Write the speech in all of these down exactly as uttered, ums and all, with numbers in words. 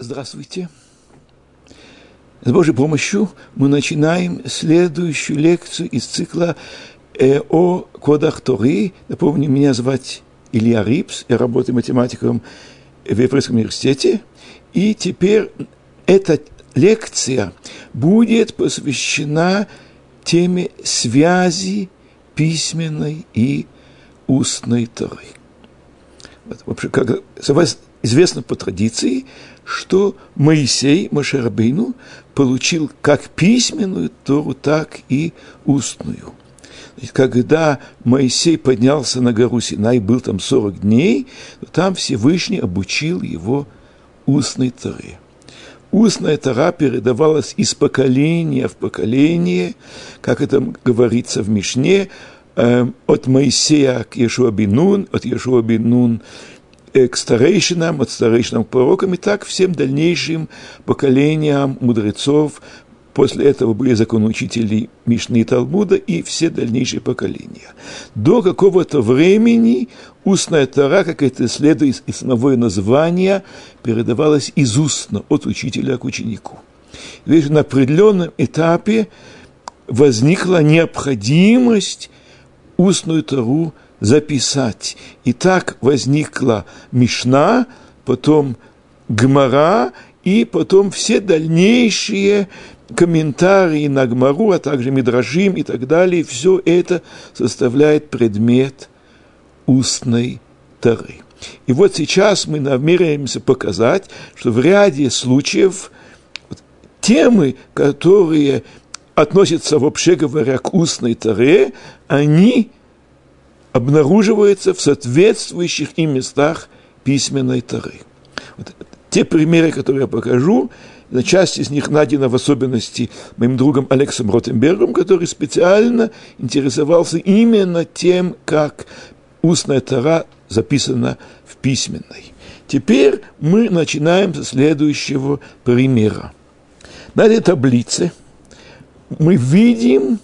Здравствуйте. С Божьей помощью мы начинаем следующую лекцию из цикла э, о кодах Торы. Напомню, меня зовут Илья Рипс, я работаю математиком в Еврейском университете. И теперь эта лекция будет посвящена теме связи письменной и устной Торы. Вот, вообще, как известно по традиции, что Моисей, Моше Рабейну, получил как письменную Тору, так и устную. Когда Моисей поднялся на гору Синай, был там сорок дней, там Всевышний обучил его устной Торе. Устная Тора передавалась из поколения в поколение, как это говорится в Мишне, э, от Моисея к Йешуа бен Нун, от Йешуа бен Нун к старейшинам, от старейшинам к пророкам, и так всем дальнейшим поколениям мудрецов. После этого были законоучители Мишны и Талмуда и все дальнейшие поколения. До какого-то времени устная Тора, как это следует из самого названия, передавалась из устно, от учителя к ученику. Ведь на определенном этапе возникла необходимость устную Тору записать. И так возникла Мишна, потом Гмара, и потом все дальнейшие комментарии на Гмару, а также Мидрашим и так далее. Все это составляет предмет устной Торы. И вот сейчас мы намереваемся показать, что в ряде случаев темы, которые относятся, вообще говоря, к устной Торе, они обнаруживаются в соответствующих им местах письменной Торы. Вот те примеры, которые я покажу, часть из них найдена в особенности моим другом Алексом Ротенбергом, который специально интересовался именно тем, как устная Тора записана в письменной. Теперь мы начинаем со следующего примера. На этой таблице мы видим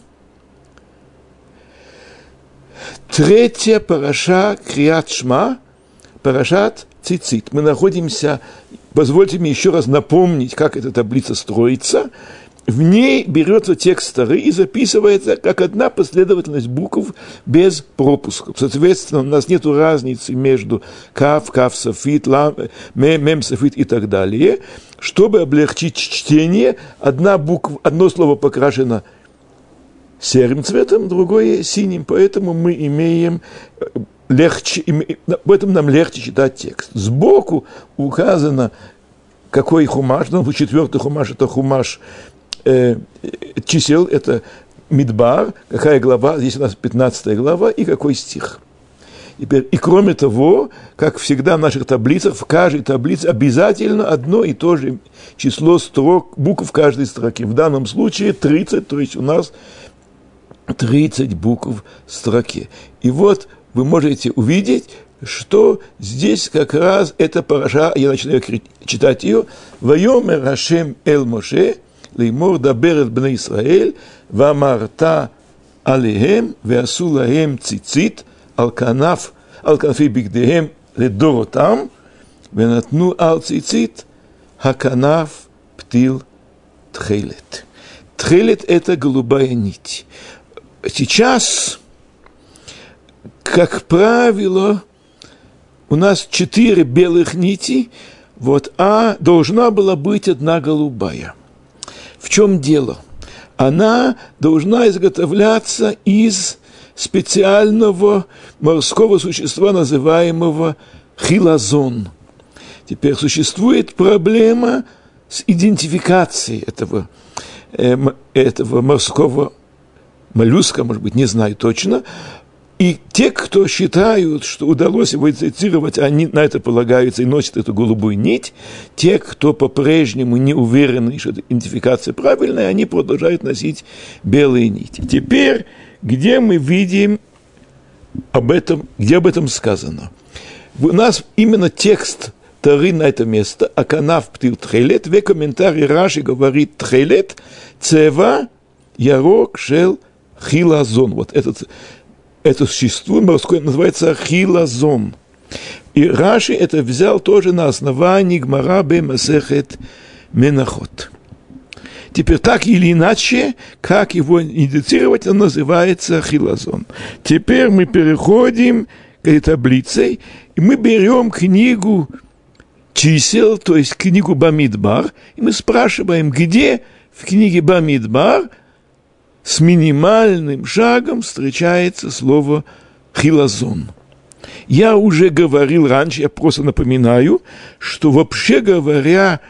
третья параша Криат Шма, парашат Цицит. Мы находимся, позвольте мне еще раз напомнить, как эта таблица строится. В ней берется текст Торы и записывается как одна последовательность букв без пропусков. Соответственно, у нас нет разницы между кав, кав, софит, лам, мем, мем, софит и так далее. Чтобы облегчить чтение, одна буква, одно слово покрашено серым цветом, другое синим, поэтому мы имеем легче, в этом нам легче читать текст. Сбоку указано, какой хумаш, ну, четвертый хумаш, это хумаш э, чисел, это Мидбар, какая глава, здесь у нас пятнадцатая глава, и какой стих. Теперь, и кроме того, как всегда в наших таблицах, в каждой таблице обязательно одно и то же число строк, букв в каждой строке. В данном случае тридцать, то есть у нас тридцать букв в строке. И вот вы можете увидеть, что здесь как раз эта параша, я начинаю читать ее, «Вайомер Хашем эль Моше, леймор дабер эт бней Исраэль, вамарта алейхем, веасу лаhem цицит, ал канаф, ал канфи бигдеhem ледоротам, венатну ал цицит, хаканаф птил тхелет». Тхелет – это голубая нить. Сейчас, как правило, у нас четыре белых нити, вот, а должна была быть одна голубая. В чем дело? Она должна изготовляться из специального морского существа, называемого хилазон. Теперь существует проблема с идентификацией этого, э, этого морского моллюска, может быть, не знаю точно. И те, кто считают, что удалось его идентифицировать, они на это полагаются и носят эту голубую нить. Те, кто по-прежнему не уверены, что идентификация правильная, они продолжают носить белые нити. Теперь, где мы видим об этом, где об этом сказано? У нас именно текст Торы на это место, Аканаф птил тхелет, в комментарии Раши говорит тхелет, цева ярок шел хилазон. Вот этот, это существо морское называется хилазон. И Раши это взял тоже на основании Гмара бе Масехет Менахот. Теперь так или иначе, как его индицировать, он называется хилазон. Теперь мы переходим к таблице, и мы берем книгу чисел, то есть книгу Бамидбар, и мы спрашиваем, где в книге Бамидбар с минимальным шагом встречается слово хилазон. Я уже говорил раньше, я просто напоминаю, что вообще говоря,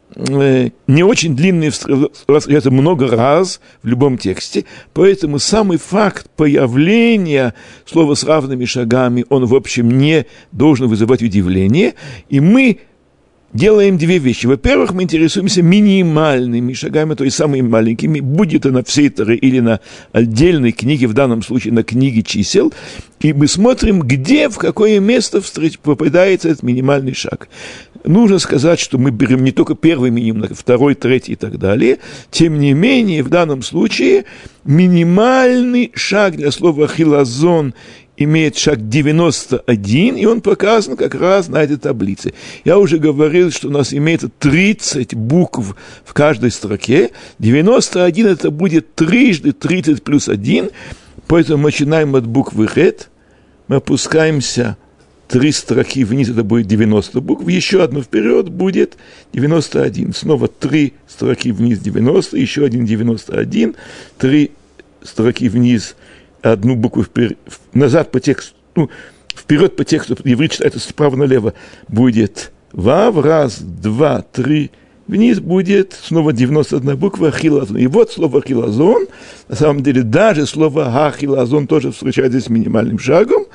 не очень длинные это много раз в любом тексте, поэтому самый факт появления слова с равными шагами, он в общем не должен вызывать удивление, и мы делаем две вещи. Во-первых, мы интересуемся минимальными шагами, то есть самыми маленькими, будет это на всей Торе или на отдельной книге, в данном случае на книге чисел, и мы смотрим, где, в какое место попадается этот минимальный шаг. Нужно сказать, что мы берем не только первый минимум, второй, третий и так далее. Тем не менее, в данном случае минимальный шаг для слова «хилазон» имеет шаг девяносто один, и он показан как раз на этой таблице. Я уже говорил, что у нас имеется тридцать букв в каждой строке. девяносто один это будет трижды тридцать плюс один, поэтому мы начинаем от буквы «хет», мы опускаемся три строки вниз, это будет девяносто букв, еще одну вперед будет девяносто один, снова три строки вниз девяносто, еще один девяносто один, три строки вниз, одну букву вперед, назад по тексту, ну, вперед по тексту, иврит читается справа налево, будет вав, раз, два, три, вниз будет снова девяносто одна буква хилазон. И вот слово хилазон, на самом деле даже слово ха-хилазон тоже встречается с минимальным шагом,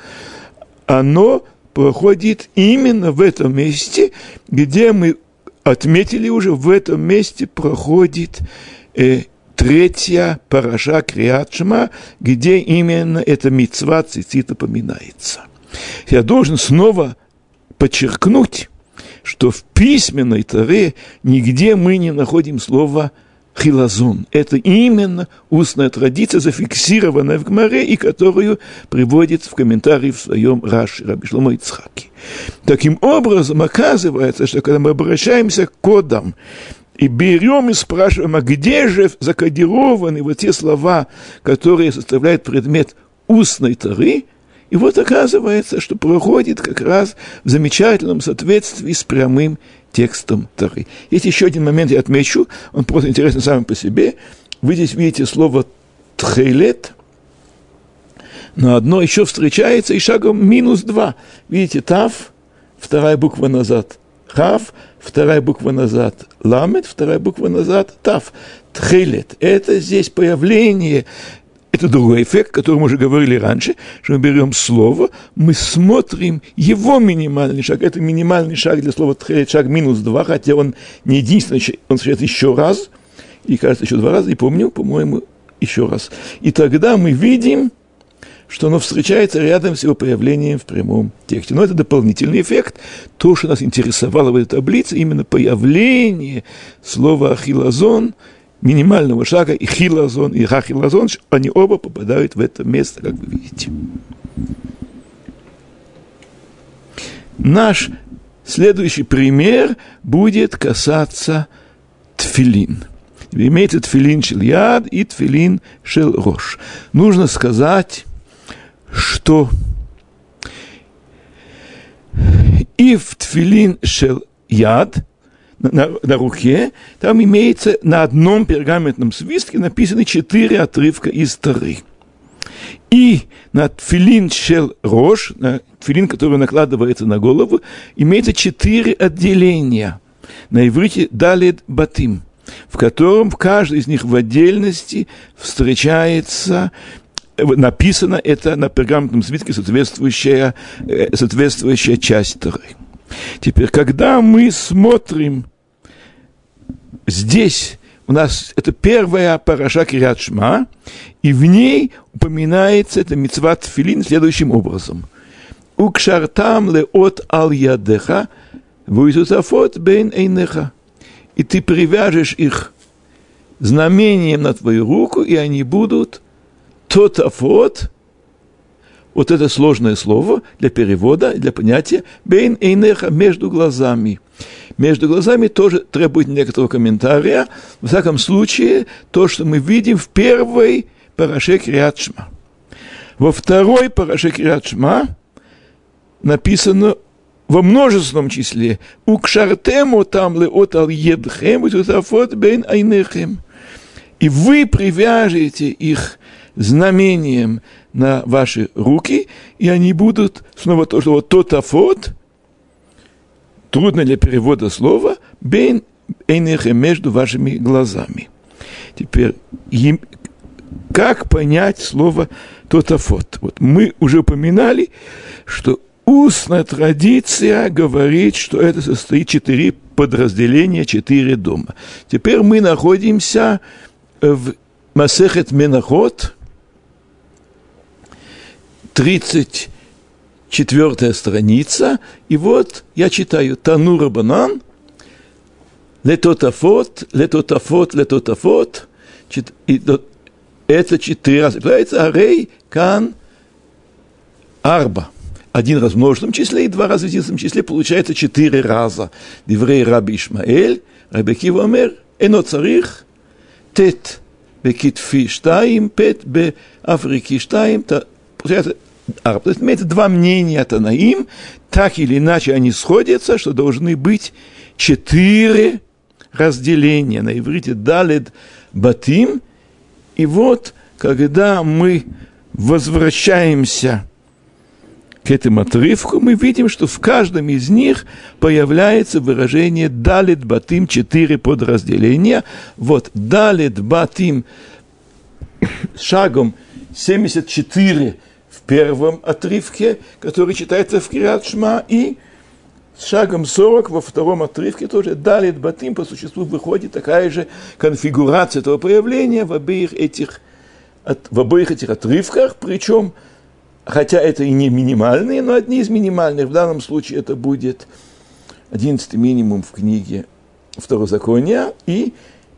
оно проходит именно в этом месте, где мы отметили уже, в этом месте проходит э, третья параша Криат Шма, где именно эта мицва цицит упоминается. Я должен снова подчеркнуть, что в письменной Торе нигде мы не находим слова хилазон. Это именно устная традиция, зафиксированная в Гмаре, и которую приводит в комментарии в своем Раши Раби Шломо Ицхаки. Таким образом, оказывается, что когда мы обращаемся к кодам и берем и спрашиваем, а где же закодированы вот те слова, которые составляют предмет устной Торы, и вот оказывается, что проходит как раз в замечательном соответствии с прямым текстом Торы. Есть еще один момент, я отмечу, он просто интересен сам по себе. Вы здесь видите слово «тхейлет», но одно еще встречается и шагом минус два. Видите, «тав», вторая буква назад, «хав», вторая буква назад, «ламет», вторая буква назад, «тав». «Тхейлет» – это здесь появление. Это другой эффект, о котором мы уже говорили раньше, что мы берем слово, мы смотрим его минимальный шаг. Это минимальный шаг для слова «тхелет», шаг минус два, хотя он не единственный, он встречается еще раз, и, кажется, еще два раза, не помню, по-моему, еще раз. И тогда мы видим, что оно встречается рядом с его появлением в прямом тексте. Но это дополнительный эффект. То, что нас интересовало в этой таблице, именно появление слова «хилазон», минимального шага, и хилазон, и ха-хилазон, они оба попадают в это место, как вы видите. Наш следующий пример будет касаться тфилин. Имеется тфилин шел яд и тфилин шел рош. Нужно сказать, что и в тфилин шел яд, На, на руке, там имеется на одном пергаментном свитке написаны четыре отрывка из Торы. И на тфилин шел рош, на тфилин, который накладывается на голову, имеется четыре отделения. На иврите далед батим, в котором в каждой из них в отдельности встречается, написано это на пергаментном свитке соответствующая, соответствующая часть Торы. Теперь, когда мы смотрим здесь, у нас это первая параша Криат Шма, и в ней упоминается эта мицва тфилин следующим образом. «Укшартам леот ал ядеха, вуизутафот бейн эйнеха». И ты привяжешь их знамением на твою руку, и они будут тотафот вот это сложное слово для перевода, для понятия «бейн эйнеха» между глазами. Между глазами тоже требует некоторого комментария. В всяком случае, то, что мы видим в первой параше Криат Шма. Во второй параше Криат Шма написано во множественном числе «Укшартему там леот ал едхем утафот бейн айнехем». И вы привяжете их знамением на ваши руки, и они будут, снова то, что вот тотафот, трудно для перевода слова, бейн эйнехем, между вашими глазами. Теперь, как понять слово тотафот? Вот мы уже упоминали, что устная традиция говорит, что это состоит четыре подразделения, четыре дома. Теперь мы находимся в Масехет Менахот, тридцать четвёртая страница, и вот я читаю Тану Рабанан, летотафот, летотафот, летотафот, и это четыре раза. Появляется арей, кан, арба. Один раз в множественном числе и два раза в единственном числе, получается четыре раза. Диврей Раби Ишмаэль, Раби Акива омер, эно царих, тет бекитфи штаим, пет беафрики штаим, получается арба. То есть имеется два мнения Танаим, так или иначе они сходятся, что должны быть четыре разделения. На иврите далед батим. И вот, когда мы возвращаемся к этому отрывку, мы видим, что в каждом из них появляется выражение «далит батим», четыре подразделения. Вот «далит батим» шагом семьдесят четыре в первом отрывке, который читается в Криат Шма, и с шагом сорок во втором отрывке тоже «далит батим», по существу выходит такая же конфигурация этого появления в обеих этих, в обоих этих отрывках, причем хотя это и не минимальные, но одни из минимальных. В данном случае это будет одиннадцатый минимум в книге Второзакония и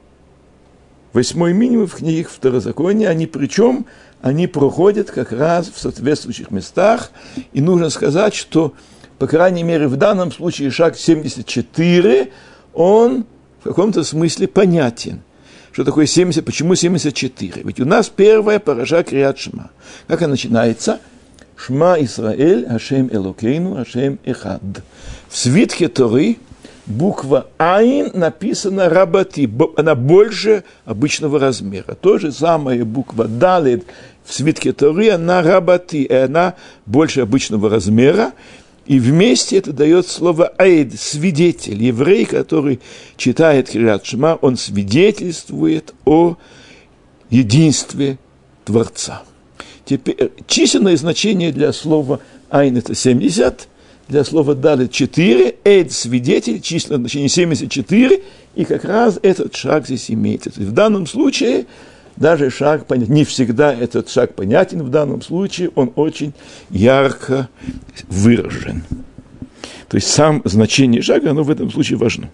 восьмой минимум в книге Второзакония. Они причем, они проходят как раз в соответствующих местах. И нужно сказать, что, по крайней мере, в данном случае шаг семьдесят четыре, он в каком-то смысле понятен. Что такое семьдесят, почему семьдесят четыре? Ведь у нас первая параша Криат Шма. Как она начинается? Шма Исраэль, Ашем Элокейну, Ашем Эхад. В свитке Торы буква Айн написана Рабати, она больше обычного размера. То же самое буква Далед в свитке Торы, она Рабати, и она больше обычного размера. И вместе это дает слово «айд», свидетель. Еврей, который читает Криат Шма, он свидетельствует о единстве Творца. Теперь численное значение для слова «айн» – это семьдесят, для слова «далит» – четыре, «эйд» – свидетель, численное значение семьдесят четыре, и как раз этот шаг здесь имеется. В данном случае даже шаг понятен, не всегда этот шаг понятен, в данном случае он очень ярко выражен. То есть сам значение шага, оно в этом случае важно.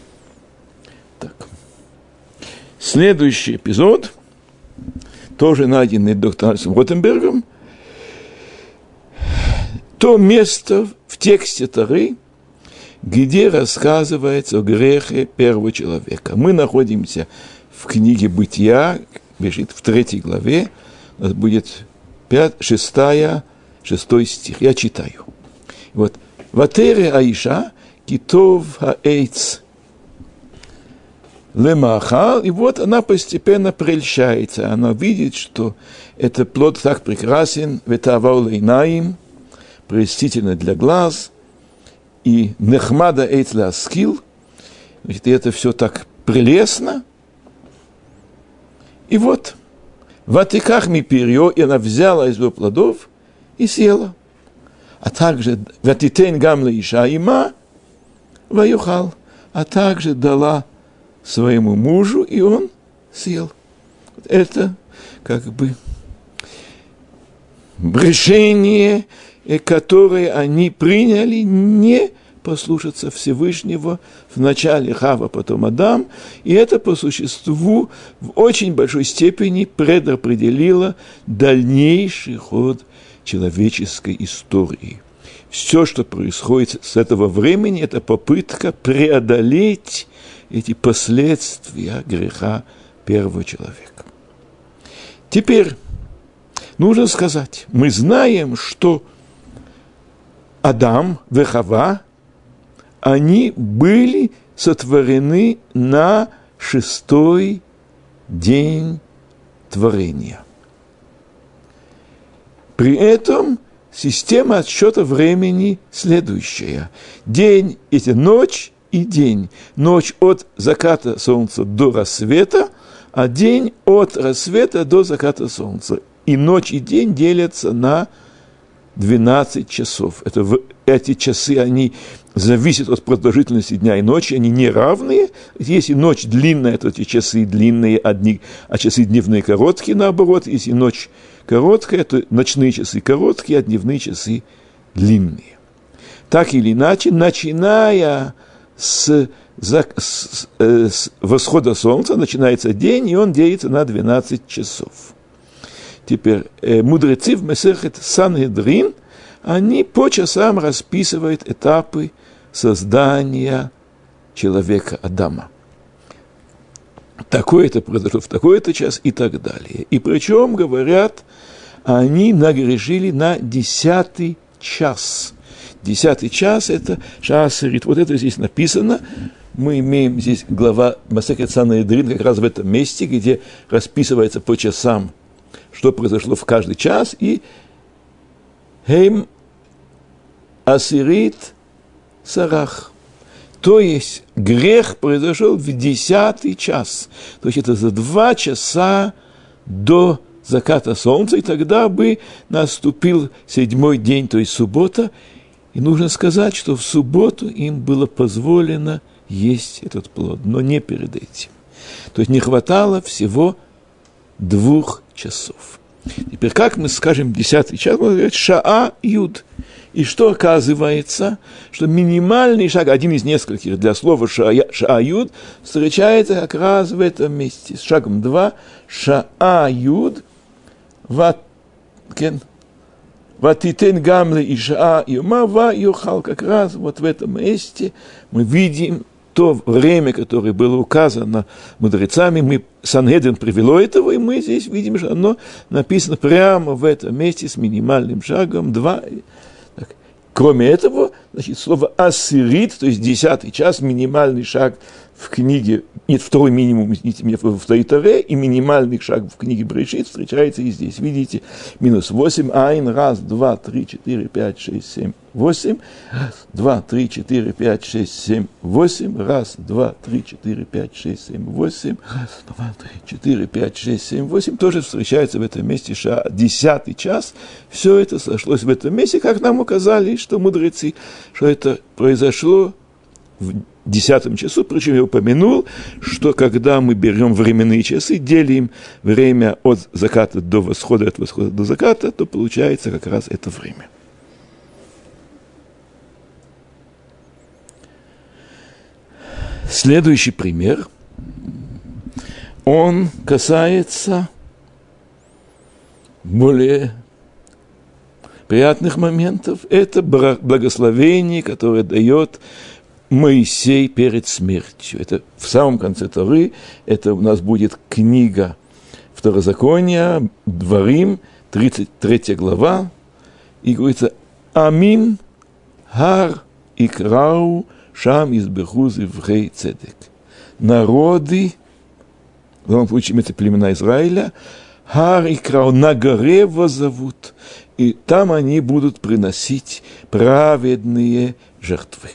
Так. Следующий эпизод, тоже найденный доктором Альсом Ротенбергом, то место в тексте Торы, где рассказывается о грехе первого человека. Мы находимся в книге Бытия, бежит в третьей главе, у нас будет пять, шестая, шестой стих. Я читаю. Вот. Ватере Аиша, китов хаэйц лемахал, и вот она постепенно прельщается. Она видит, что этот плод так прекрасен, ветавау лейнаим, прельстительно для глаз, и нехмада эйц ласкил, значит, и это все так прелестно. И вот, ватиках ми перьё, и она взяла из его плодов и съела. А также ватитен гам лаиша има ваюхал, а также дала своему мужу, и он съел. Это как бы решение, которое они приняли, не послушаться Всевышнего, вначале Хава, потом Адам, и это по существу в очень большой степени предопределило дальнейший ход человеческой истории. Все, что происходит с этого времени, это попытка преодолеть эти последствия греха первого человека. Теперь нужно сказать, мы знаем, что Адам и Хава, они были сотворены на шестой день творения. При этом система отсчета времени следующая. День – это ночь и день. Ночь от заката солнца до рассвета, а день от рассвета до заката солнца. И ночь и день делятся на двенадцать часов. Это в эти часы, они зависят от продолжительности дня и ночи, они не равные. Если ночь длинная, то эти часы длинные, одни, а часы дневные короткие, наоборот. Если ночь короткая, то ночные часы короткие, а дневные часы длинные. Так или иначе, начиная с, с, с восхода солнца, начинается день, и он делится на двенадцать часов. Теперь мудрецы в Месехет Сангедрин, они по часам расписывают этапы создания человека Адама. Такое-то произошло в такой-то час и так далее. И причем, говорят, они нагрешили на десятый час. Десятый час – это шаасерит. Вот это здесь написано. Мы имеем здесь глава Месехет Сангедрин как раз в этом месте, где расписывается по часам, что произошло в каждый час, и «Хейм асирит сарах». То есть грех произошел в десятый час. То есть это за два часа до заката солнца, и тогда бы наступил седьмой день, то есть суббота. И нужно сказать, что в субботу им было позволено есть этот плод, но не перед этим. То есть не хватало всего двух часов. Теперь, как мы скажем десятый час, мы говорим шаа юд. И что оказывается, что минимальный шаг, один из нескольких для слова шаа, шаа юд, встречается как раз в этом месте. С шагом два шаа юд ваткен ватитен гамле и шаа юма ва юхал. Как раз вот в этом месте мы видим то время, которое было указано мудрецами, мы, Сангедрин привело этого, и мы здесь видим, что оно написано прямо в этом месте с минимальным шагом два. Так. Кроме этого, значит, слово «асирит», то есть десятый час, минимальный шаг в книге, нет, второй минимум, извините меня, в Тойторе, и минимальный шаг в книге Брешит встречается и здесь. Видите, минус восемь, айн, раз, два, три, четыре, пять, шесть, семь, восемь, раз, два, три, четыре, пять, шесть, семь, восемь, раз, два, три, четыре, пять, шесть, семь, восемь, раз, два, три, четыре, пять, шесть, семь, восемь, тоже встречается в этом месте ша, десятый час. Все это сошлось в этом месте, как нам указали, что мудрецы, что это произошло в десятом часу, причем я упомянул, что когда мы берем временные часы, делим время от заката до восхода, от восхода до заката, то получается как раз это время. Следующий пример, он касается более приятных моментов. Это благословение, которое дает Моисей перед смертью. Это в самом конце Торы, это у нас будет книга Второзакония, Дворим, тридцать третья глава, и говорится «Амим хар икрау шам избеху зеврей цедек». Народы, в данном случае это племена Израиля, хар икрау, на горе воззовут, и там они будут приносить праведные жертвы.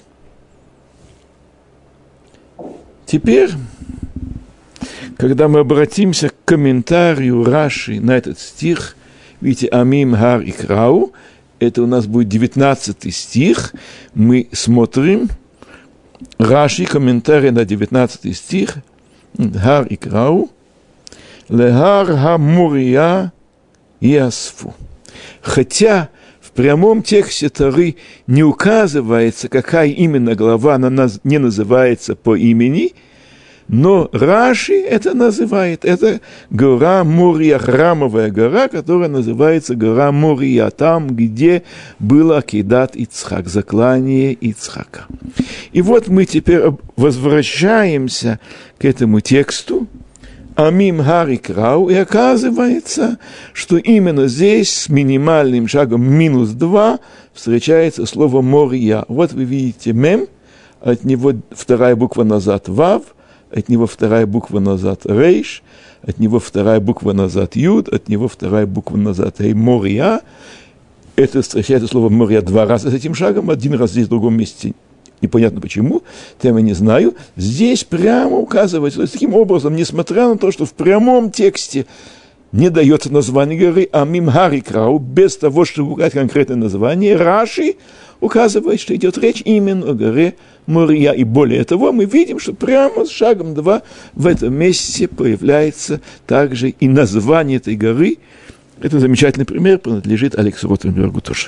Теперь, когда мы обратимся к комментарию Раши на этот стих, видите, «Амим хар икрау», это у нас будет девятнадцатый стих, мы смотрим, Раши, комментарий на девятнадцатый стих, «Хар икрау, лехар хамурия ясфу». Хотя в прямом тексте Торы не указывается, какая именно глава, она не называется по имени, Но Раши это называет, это гора Мория, храмовая гора, которая называется гора Мория, там, где был Акидат Ицхак, заклание Ицхака. И вот мы теперь возвращаемся к этому тексту, Амим Харик Рау, и оказывается, что именно здесь с минимальным шагом минус два встречается слово Мория. Вот вы видите мем, от него вторая буква назад Вав, от него вторая буква назад Рейш, от него вторая буква назад Юд, от него вторая буква назад Эй, Мория. Это встречается слово Мория два раза с этим шагом, один раз здесь, в другом месте. Непонятно почему, тем я не знаю. Здесь прямо указывается, то есть таким образом, несмотря на то, что в прямом тексте не дается название горы, а Мимхарик Рау, без того, чтобы указать конкретное название, Раши указывает, что идет речь именно о горе Мория. И более того, мы видим, что прямо с шагом два в этом месте появляется также и название этой горы. Это замечательный пример, принадлежит Алексу Ротенбергу тоже.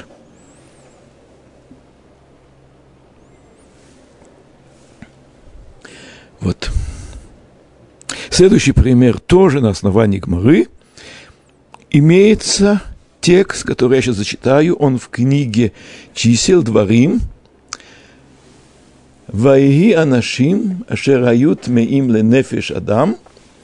Вот. Следующий пример тоже на основании Гмары. Имеется текст, который я сейчас зачитаю, он в книге «Чисел Дворим». «Ваиги анашим, ашер аю тмеим ленефеш адам,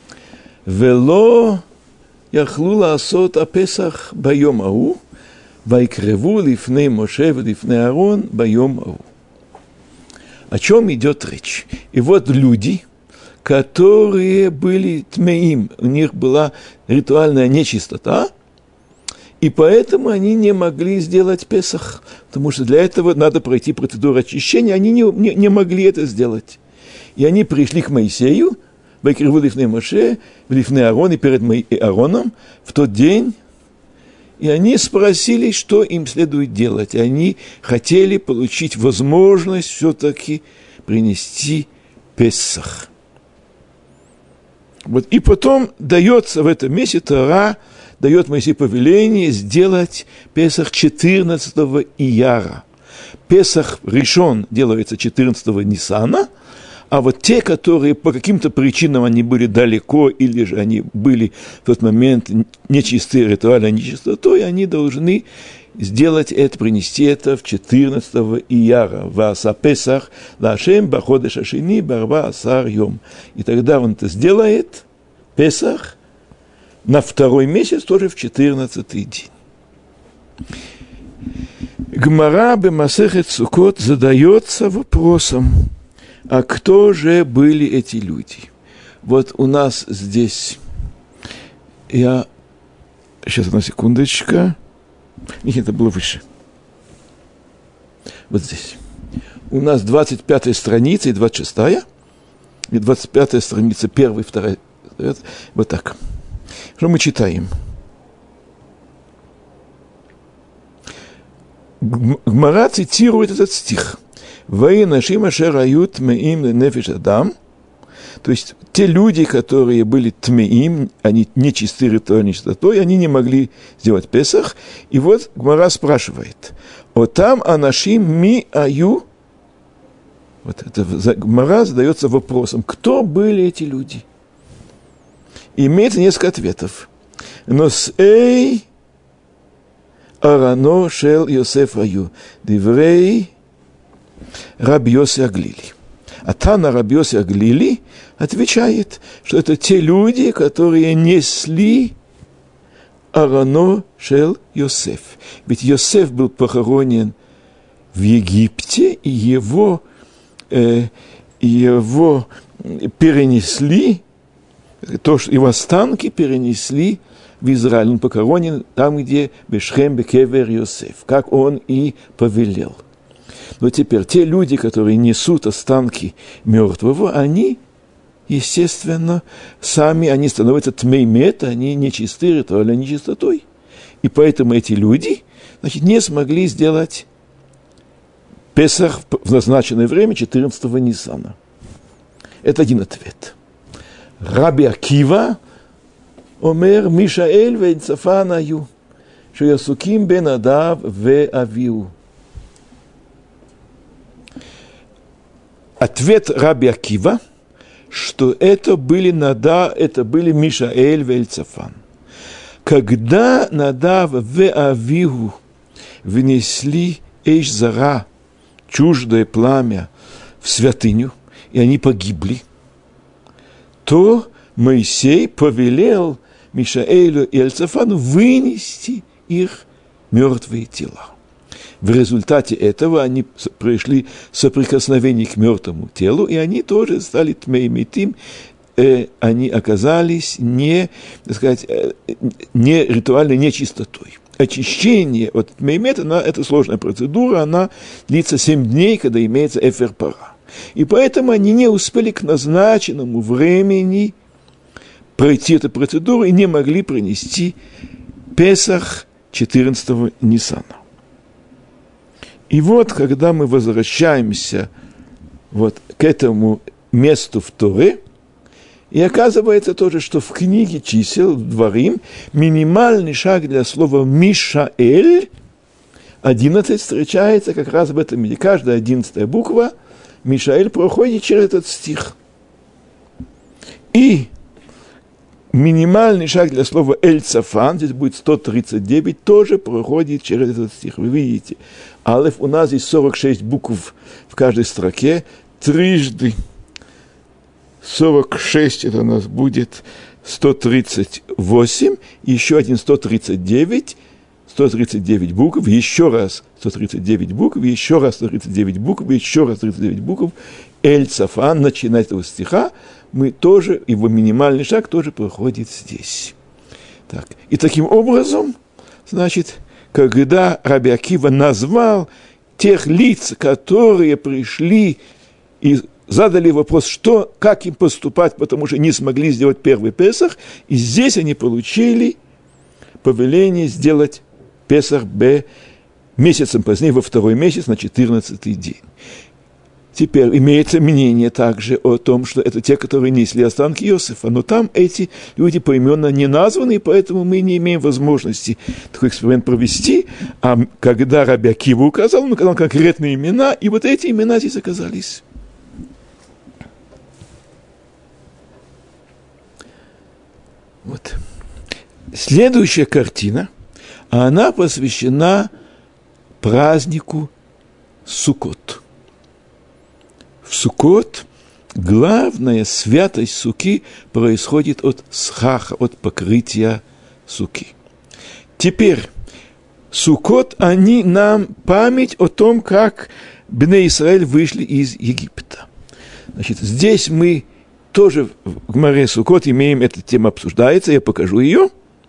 вело яхлу лаасот апесах байом ההוא, ויקרבו לפני משה ולפני אהרון ביום ההוא». О чем идет речь? И вот люди, которые были тмеим, у них была ритуальная нечистота, и поэтому они не могли сделать Песах, потому что для этого надо пройти процедуру очищения, они не, не, не могли это сделать. И они пришли к Моисею, вайкреву лифней Моше, лифней Аарон, и перед Аароном в тот день, и они спросили, что им следует делать. И они хотели получить возможность все-таки принести Песах. Вот. И потом дается в этом месте Тора, дает Моисею повеление сделать Песах четырнадцатого Ияра. Песах решен делается четырнадцатого Нисана, а вот те, которые по каким-то причинам они были далеко, или же они были в тот момент нечистые, ритуальной нечистотой, они должны сделать это, принести это в четырнадцатого Ияра. Вааса Песах лашем баходеш ашини барва асар йом. И тогда он это сделает, Песах, на второй месяц, тоже в четырнадцатый день. Гмара бемасехет Суккот задается вопросом, а кто же были эти люди? Вот у нас здесь, я, сейчас одна секундочка, нет, это было выше. Вот здесь. У нас двадцать пятая страница и двадцать шестая, и двадцать пятая страница, первая, вторая, вот так. Что мы читаем? Гмара цитирует этот стих. «Ваи нашим ашер аю тмеим ленефеш адам». То есть те люди, которые были тмеим, они нечисты ритуальной чистотой, они не могли сделать Песах. И вот Гмара спрашивает: «О там анашим ми аю». Вот это Гмара задается вопросом, кто были эти люди? И имеется несколько ответов. «Носэй арано шел Йосеф аю, диврей Раби Йоси Аглили». А Тана Раби Йоси Аглили отвечает, что это те люди, которые несли арано шел Йосеф. Ведь Йосеф был похоронен в Египте, и его, э, его перенесли, то, что его останки перенесли в Израиль. Он похоронен там, где Бешхем бекевер Йосеф, как он и повелел. Но теперь те люди, которые несут останки мертвого, они, естественно, сами, они становятся тмеймет, они нечисты ритуальной нечистотой. И поэтому эти люди, значит, не смогли сделать Песах в назначенное время четырнадцатого Нисана. Это один ответ. Раби Акива омер Мишаэль вейнцафан аю, шеясуким бен Адав веавиу. Ответ Раби Акива, что это были Надав, это были Мишаэль и Эльцафан. Когда Надав и Авигу внесли Эйш-Зара, чуждое пламя, в святыню, и они погибли, то Моисей повелел Мишаэлю и Эльцафану вынести их мертвые тела. В результате этого они пришли соприкосновение к мертвому телу, и они тоже стали тмей-метим, э, они оказались не, так сказать, э, не ритуальной нечистотой. Очищение от тмей-мета, это сложная процедура, она длится семь дней, когда имеется эфер-пара. И поэтому они не успели к назначенному времени пройти эту процедуру и не могли принести Песах четырнадцатого Ниссана. И вот, когда мы возвращаемся вот к этому месту в Торе, и оказывается тоже, что в книге чисел, Дворим, минимальный шаг для слова «Мишаэль» одиннадцать встречается как раз в этом месте. Каждая одиннадцатая буква Мишаэль проходит через этот стих. И минимальный шаг для слова «Эльцафан», здесь будет сто тридцать девять, тоже проходит через этот стих. Вы видите, алеф, у нас есть сорок шесть букв в каждой строке, трижды сорок шесть, это у нас будет сто тридцать восемь, еще один сто тридцать девять, сто тридцать девять букв, еще раз сто тридцать девять букв, еще раз сто тридцать девять букв, еще раз тридцать девять букв, Эль-Цафан, начиная с этого стиха, мы тоже, его минимальный шаг тоже проходит здесь. Так. И таким образом, значит, когда Раби Акива назвал тех лиц, которые пришли и задали вопрос, что, как им поступать, потому что не смогли сделать первый Песах, и здесь они получили повеление сделать Песах Б месяцем позднее, во второй месяц, на четырнадцатый день. Теперь имеется мнение также о том, что это те, которые несли останки Иосифа, но там эти люди поименно не названы, и поэтому мы не имеем возможности такой эксперимент провести. А когда Раби Акива указал, он указал конкретные имена, и вот эти имена здесь оказались. Вот. Следующая картина, она посвящена празднику Суккот. В Суккот главная святость суки происходит от схаха, от покрытия суки. Теперь Суккот, они нам память о том, как Бней Исраэль вышли из Египта. Значит, здесь мы тоже в Гмаре Суккот имеем, эта тема обсуждается, я покажу ее.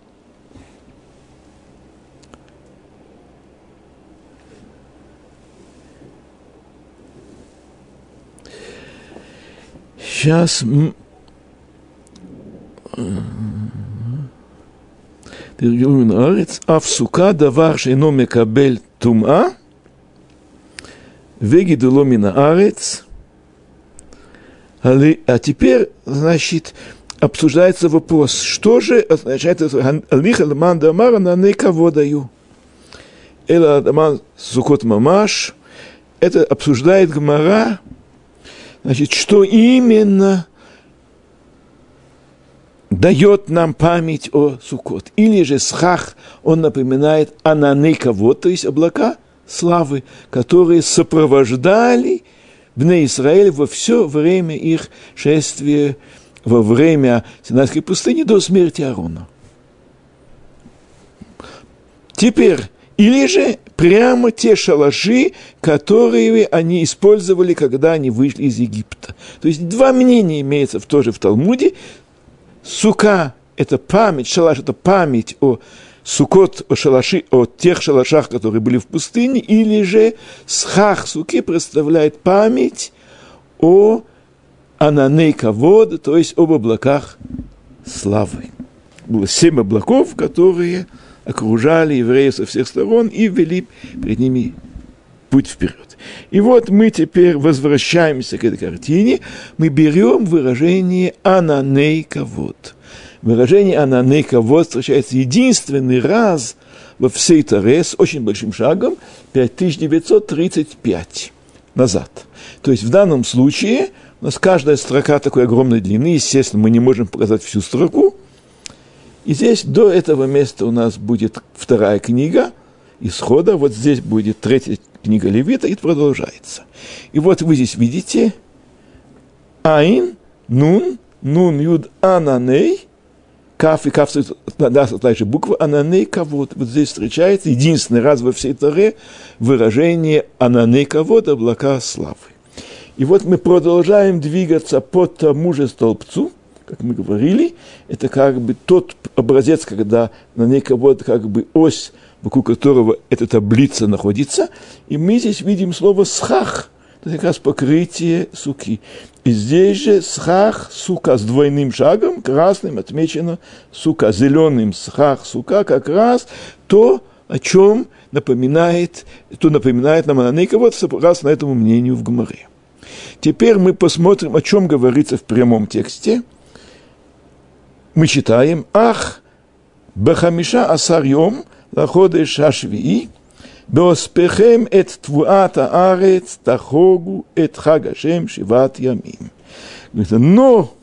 Сейчас תרגום מן הארץ, אף סוכה דבר שאינו מקבל טומאה וגידולו מן הארץ. А теперь, значит, обсуждается вопрос, что же означает «Алих алман дамара на некого даю». «Эла адаман сукот мамаш». Это обсуждает Гмара. Значит, что именно дает нам память о Суккот. Или же схах, он напоминает ананы кавод, то есть облака славы, которые сопровождали Бней Исраэль во все время их шествия, во время Синайской пустыни до смерти Аарона. Теперь, или же прямо те шалаши, которые они использовали, когда они вышли из Египта. То есть два мнения имеется тоже в Талмуде. Сука – это память, шалаш – это память о Суккот, о шалаши, о тех шалашах, которые были в пустыне, или же схах суки представляет память о ананей кавод, то есть об облаках славы. Было семь облаков, которые окружали евреев со всех сторон и вели перед ними путь вперед. И вот мы теперь возвращаемся к этой картине, мы берем выражение «ананей кавод». Выражение «ананей кавод» встречается единственный раз во всей Торе с очень большим шагом пять тысяч девятьсот тридцать пять назад. То есть в данном случае У нас каждая строка такой огромной длины, естественно, мы не можем показать всю строку. И здесь до этого места у нас будет вторая книга Исхода, вот здесь будет третья книга Левита, и продолжается. И вот вы здесь видите Айн, Нун, Нун, Юд, Ананей, Каф и Каф, да, та же буква, Ананей Кавод. Вот здесь встречается единственный раз во всей Торе выражение Ананей Кавод, облака славы. И вот мы продолжаем двигаться по тому же столбцу, как мы говорили, это как бы тот образец, когда Ананей Кавод как бы ось, вокруг которого эта таблица находится, и мы здесь видим слово «схах», это как раз покрытие суки. И здесь же схах, сука с двойным шагом, красным отмечено сука, зеленым схах, сука, как раз то, о чем напоминает, то напоминает нам Ананей Кавод, согласно этому мнению в Гемаре. Теперь мы посмотрим, о чем говорится в прямом тексте. Мы читаем «Ах, бахамиша асар йом, лаходеш ашвии, беоспехем эт твуата арец, тахогу эт хагашем шиват ямим». Но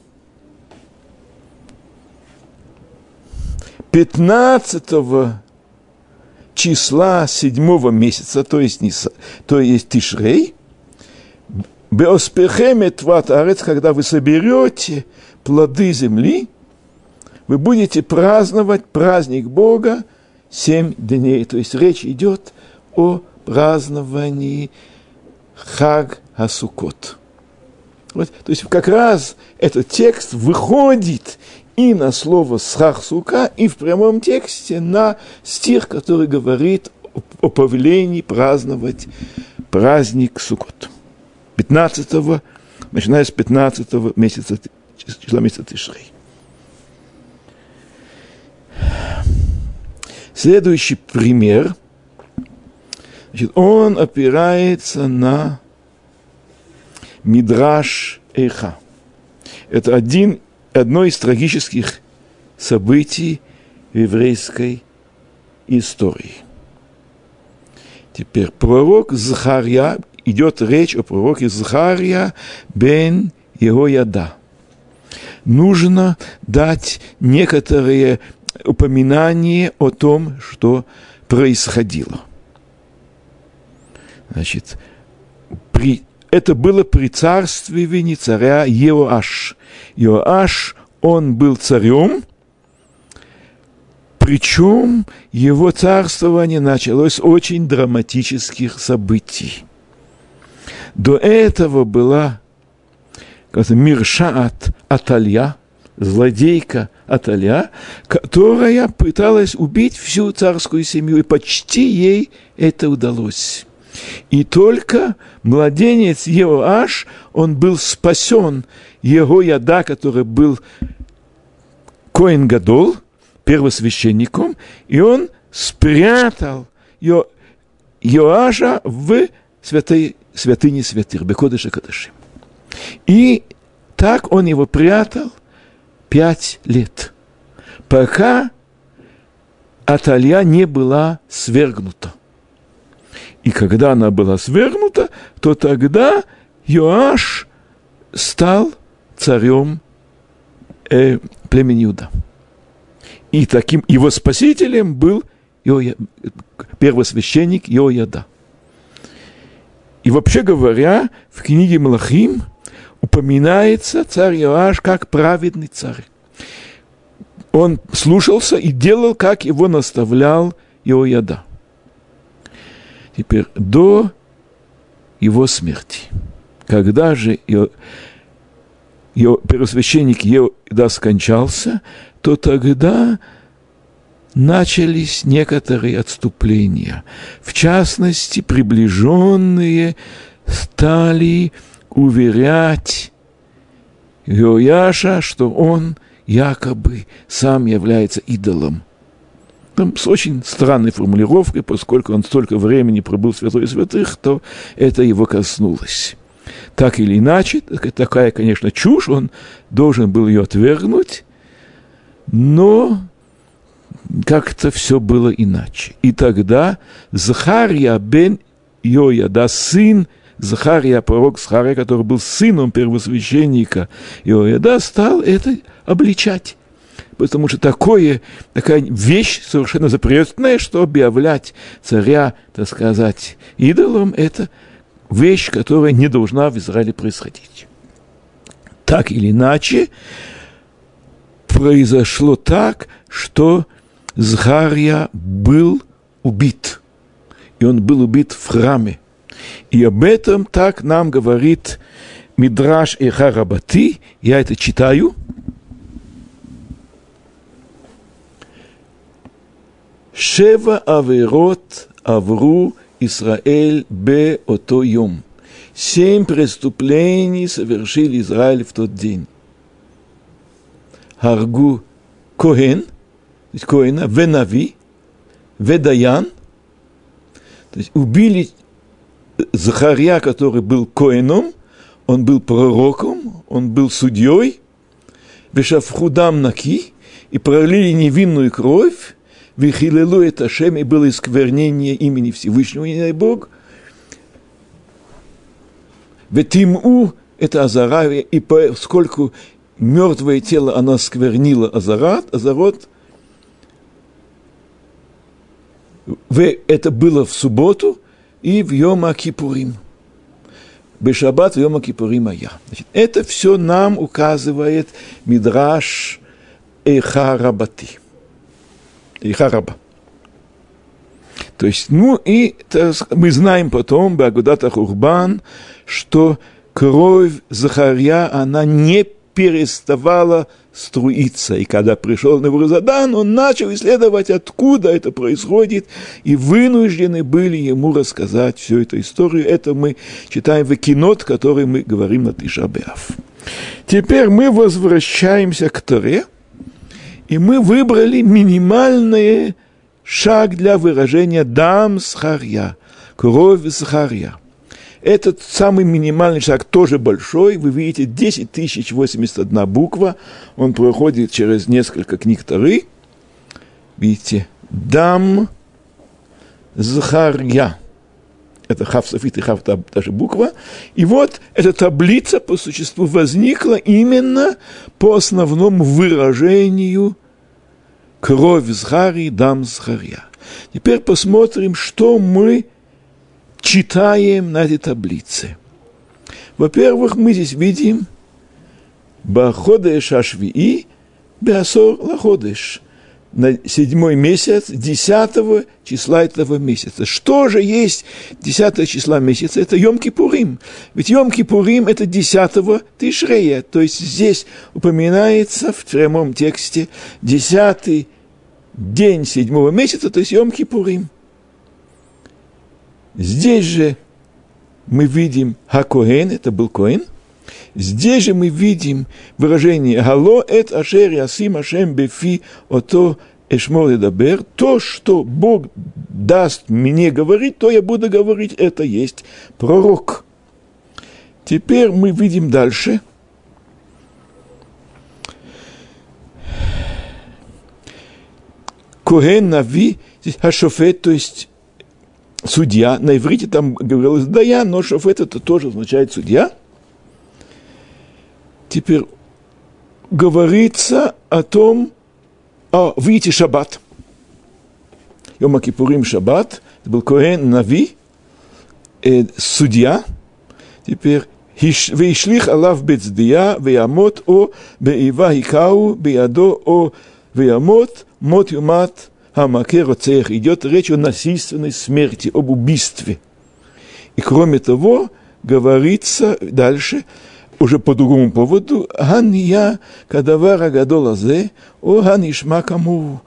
пятнадцатого числа седьмого месяца, то есть, не, то есть Тишрей, беоспехем эт твуата арец, когда вы соберете плоды земли, вы будете праздновать праздник Бога семь дней. То есть речь идет о праздновании Хаг ха-Суккот. Вот, то есть как раз этот текст выходит и на слово «схах-сука», и в прямом тексте на стих, который говорит о, о повелении праздновать праздник Суккот. пятнадцатого, начиная с пятнадцатого месяца, числа месяца Тишрей. Следующий пример, значит, он опирается на Мидраш Эйха. Это один, одно из трагических событий в еврейской истории. Теперь пророк Захарья, идет речь о пророке Захарья бен Йеhoяда. Нужно дать некоторые упоминание о том, что происходило. Значит, при, это было при царствовании царя Йоаш. Йоаш, он был царем, причем его царствование началось с очень драматических событий. До этого была Миршаат Аталья, злодейка Аталья, которая пыталась убить всю царскую семью, и почти ей это удалось. И только младенец Йоаш, он был спасен Йеhoяда, который был Коэн Гадол, первосвященником, и он спрятал Йо, Йоаша в святой, святыне святых, Бекодеш а-Кодешим. И так он его прятал пять лет, пока Аталья не была свергнута. И когда она была свергнута, то тогда Йоаш стал царем э, племени Иуда. И таким его спасителем был Йоя, первосвященник Йояда. И вообще говоря, в книге Мелахим упоминается царь Йоаш как праведный царь. Он слушался и делал, как его наставлял Йояда. Теперь до его смерти, когда же его, его первосвященник Йояда скончался, то тогда начались некоторые отступления. В частности, приближенные стали уверять Йояша, что он якобы сам является идолом. Там с очень странной формулировкой, поскольку он столько времени пробыл в святой святых, то это его коснулось. Так или иначе, такая, конечно, чушь, он должен был ее отвергнуть, но как-то все было иначе. И тогда Захарья бен Йояда, сын Захария, пророк Захария, который был сыном первосвященника Иоиада, стал это обличать. Потому что такое, такая вещь совершенно запретная, что объявлять царя, так сказать, идолом, это вещь, которая не должна в Израиле происходить. Так или иначе, произошло так, что Захария был убит. И он был убит в храме. И об этом так нам говорит Мидраш Эйха Рабати. Я это читаю. Шева аверот авру Исраэль бе ото йом. Семь преступлений совершил Израиль в тот день. Харгу Коэн, то есть Коэна, Венави, Ведаян, то есть убили Захария, который был Коэном, он был пророком, он был судьей, Вешафхудам Наки, и пролили невинную кровь, Вихилелу это Шем, и было исквернение имени Всевышнего, не дай Бог, Ветиму это Азара, и поскольку мертвое тело она сквернила Азарат, Азарот, это было в субботу и в Йома Кипурим. Бешаббат в Йома Кипурим ая. Значит, это все нам указывает Мидраш Эйха Рабати. Эйха Раба. То есть, ну и мы знаем потом, Беагудат ха-Хурбан, что кровь Захария, она не переставала струиться. И когда пришел Навузарадан, он начал исследовать, откуда это происходит, и вынуждены были ему рассказать всю эту историю. Это мы читаем в Кинот, который мы говорим на Тиша б'Ав. Теперь мы возвращаемся к Торе, и мы выбрали минимальный шаг для выражения «дам Захария», «кровь Захария». Этот самый минимальный шаг тоже большой. Вы видите, десять тысяч восемьдесят одна буква. Он проходит через несколько книг Торы. Видите, «дам Захария». Это хав софит и хав та же буква. И вот эта таблица по существу возникла именно по основному выражению «кровь Захарии, дам Захария». Теперь посмотрим, что мы читаем на этой таблице. Во-первых, мы здесь видим «Баходеш ашвии беасор лаходеш» на седьмой месяц, десятого числа этого месяца. Что же есть десятого числа месяца? Это Йом-Кипурим. Ведь Йом-Кипурим – это десятого Тишрея. То есть здесь упоминается в прямом тексте десятый день седьмого месяца, то есть Йом-Кипурим. Здесь же мы видим Ха-Коэн, это был Коэн. Здесь же мы видим выражение «Гало эт ашер ясим ашем бефи ото эшмор эдабер». То, что Бог даст мне говорить, то я буду говорить, это есть пророк. Теперь мы видим дальше. Коэн, Нави, здесь Хашофет, то есть судья. На иврите там говорилось «даян», но шофет это тоже означает судья. Теперь говорится о том, о, видите, шаббат. Йома Кипурим шаббат. Это был Коэн Нави, э, судья. Теперь «Вейшлих алав бецдия, веямот о беива хикау, беядо о веямот, мот юмат». Идет речь о насильственной смерти, об убийстве. И кроме того, говорится дальше, уже по другому поводу, «Ганья кадавара гадолазе, о ганишма каму».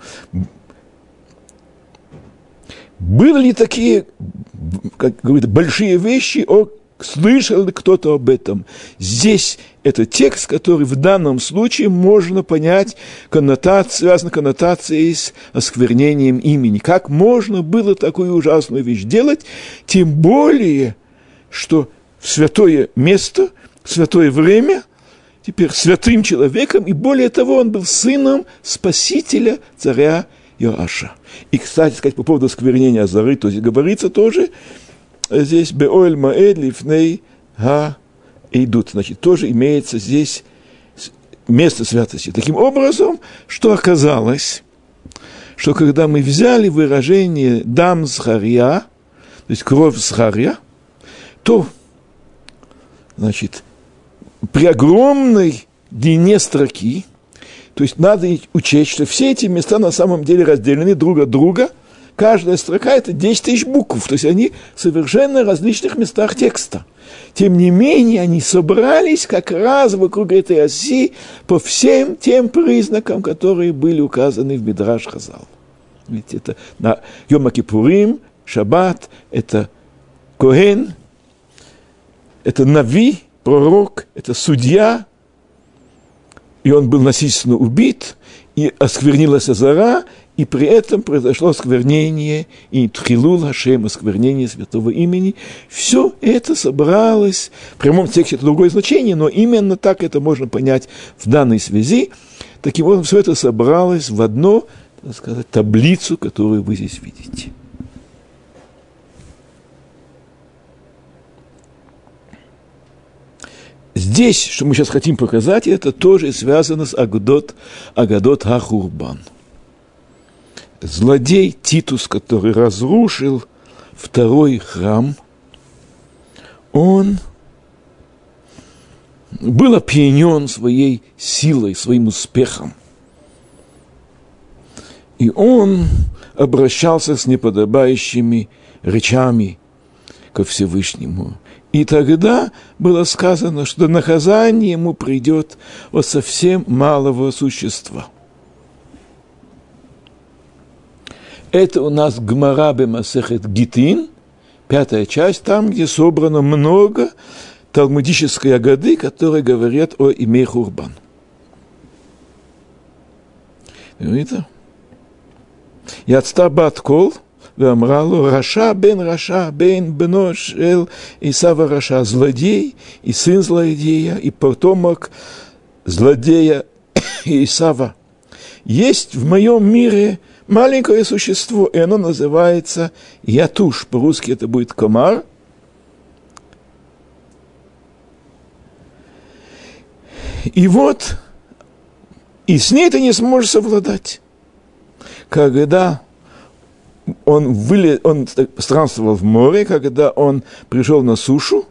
Были ли такие, как говорят, большие вещи, о, слышал ли кто-то об этом? Здесь это текст, который в данном случае можно понять, коннотация, связана коннотацией с осквернением имени. Как можно было такую ужасную вещь делать, тем более, что в святое место, в святое время, теперь святым человеком, и более того, он был сыном спасителя царя Йоаша. И, кстати сказать, по поводу осквернения Азары, то есть говорится тоже, здесь беоэль маэд лифней га идут. Значит, тоже имеется здесь место святости. Таким образом, что оказалось, что когда мы взяли выражение «дам Зхарья», то есть «кровь Зхарья», то, значит, при огромной длине строки, то есть надо учесть, что все эти места на самом деле разделены друг от друга. Каждая строка – это десять тысяч букв, то есть они в совершенно различных местах текста. Тем не менее, они собрались как раз вокруг этой оси по всем тем признакам, которые были указаны в Мидраш Хазал. Ведь это на Йом Кипурим, Шаббат, это Коэн, это Нави, пророк, это судья, и он был насильственно убит, и осквернилась Азара, и при этом произошло осквернение, и Тхилул Хашем, осквернение святого имени. Все это собралось, в прямом тексте это другое значение, но именно так это можно понять в данной связи. Таким образом, все это собралось в одну, так сказать, таблицу, которую вы здесь видите. Здесь, что мы сейчас хотим показать, это тоже связано с Агадот, Агадот ха-Хурбан. Злодей Титус, который разрушил второй храм, он был опьянен своей силой, своим успехом. И он обращался с неподобающими речами ко Всевышнему. И тогда было сказано, что наказание ему придет от совсем малого существа. Это у нас Гмара бе-Масехет Гитин, пятая часть, там, где собрано много талмудической агады, которые говорят о име Хурбан. Видите? Яцта бат кол, ואמרה Раша бен Раша бен бено шел Исава Раша, злодей и сын злодея, и потомок злодея Исава. Есть в моем мире маленькое существо, и оно называется Ятуш. По-русски это будет комар. И вот, и с ней ты не сможешь совладать. Когда он, вылез, он странствовал в море, когда он пришел на сушу,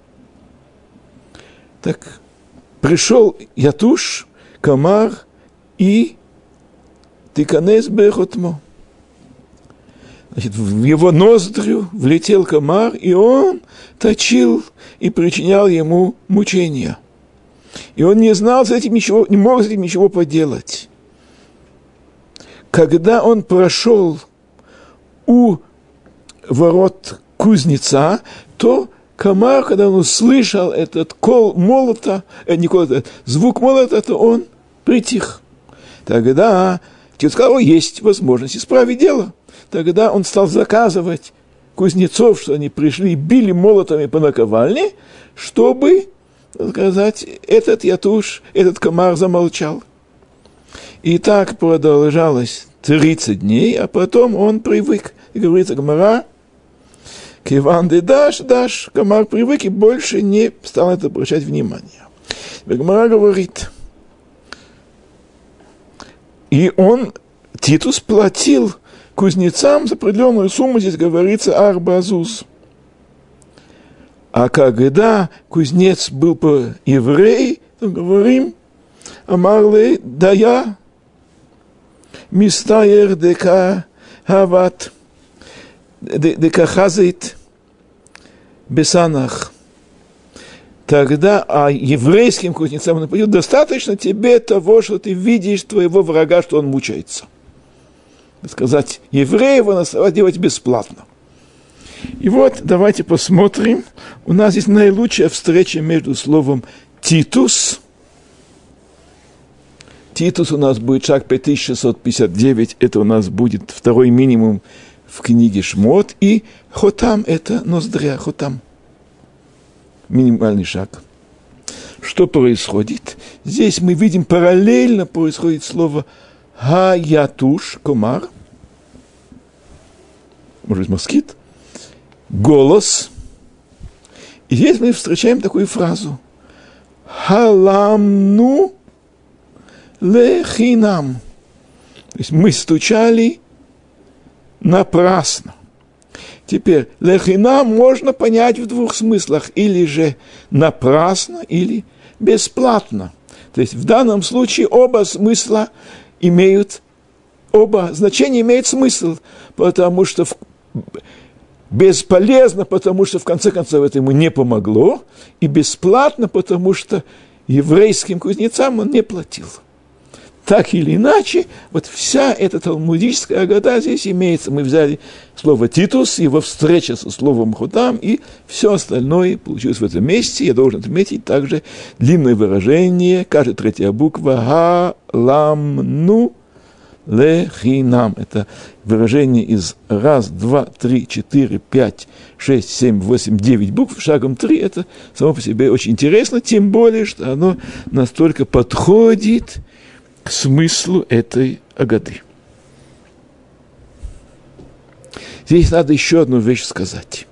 так пришел Ятуш, комар, и Тиканес бехотмо. Значит, в его ноздрю влетел комар, и он точил и причинял ему мучения. И он не знал с этим ничего, не мог с этим ничего поделать. Когда он прошел у ворот кузнеца, то комар, когда он услышал этот кол молота, э, не кол, это, звук молота, то он притих. Тогда отец сказал, есть возможность исправить дело. Тогда он стал заказывать кузнецов, что они пришли и били молотами по наковальне, чтобы, так сказать, этот Ятуш, этот комар замолчал. И так продолжалось тридцать дней, а потом он привык. И говорится, Гмара, киван де даш, даш, комар привык и больше не стал это обращать внимания. И Гмара говорит, и он, Титус, платил кузнецам за определенную сумму, здесь говорится арбазуз. А когда кузнец был по-еврей, то говорим, амарлей дая, мистаер дека хават, дека хазит бесанах. Тогда а еврейским кузнецам напоют, достаточно тебе того, что ты видишь твоего врага, что он мучается. Сказать, еврея его надо делать бесплатно. И вот давайте посмотрим. У нас есть наилучшая встреча между словом «титус». Титус у нас будет шаг пять тысяч шестьсот пятьдесят девять. Это у нас будет второй минимум в книге Шмот. И хотам – это ноздря, хотам. Минимальный шаг. Что происходит? Здесь мы видим, параллельно происходит слово «ха-ятуш», комар. Может быть, москит. Голос. И здесь мы встречаем такую фразу. Халамну лехинам. То есть мы стучали напрасно. Теперь лехинам можно понять в двух смыслах. Или же напрасно, или бесплатно. То есть в данном случае оба смысла имеют, оба значения имеют смысл, потому что в, бесполезно, потому что в конце концов это ему не помогло, и бесплатно, потому что еврейским кузнецам он не платил. Так или иначе, вот вся эта талмудическая агада здесь имеется. Мы взяли слово «титус», его встреча со словом «хутам», и все остальное получилось в этом месте. Я должен отметить также длинное выражение, каждая третья буква «ха-лам-ну лехинам». Это выражение из раз, два, три, четыре, пять, шесть, семь, восемь, девять букв. Шагом три это само по себе очень интересно, тем более, что оно настолько подходит к смыслу этой агады. Здесь надо еще одну вещь сказать.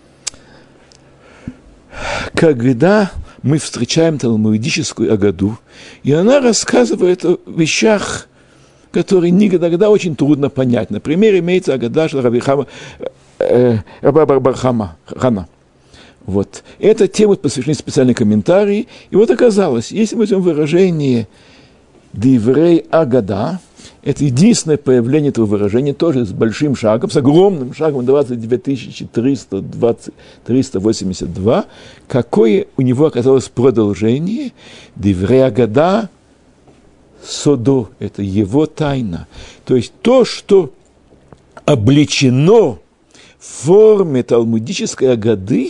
Когда мы встречаем талмудическую агаду, и она рассказывает о вещах, которые никогда очень трудно понять. Например, имеется агада Раби Хама, э, Раба бар Хама, Хана. Вот. Эта тема посвящена специальные комментарии. И вот оказалось, если мы возьмем выражение «Диврей агада», это единственное появление этого выражения, тоже с большим шагом, с огромным шагом двадцать две тысячи триста двадцать, триста восемьдесят два. Какое у него оказалось продолжение? «Диврей агада содо» – это его тайна. То есть то, что облечено в форме талмудической агады,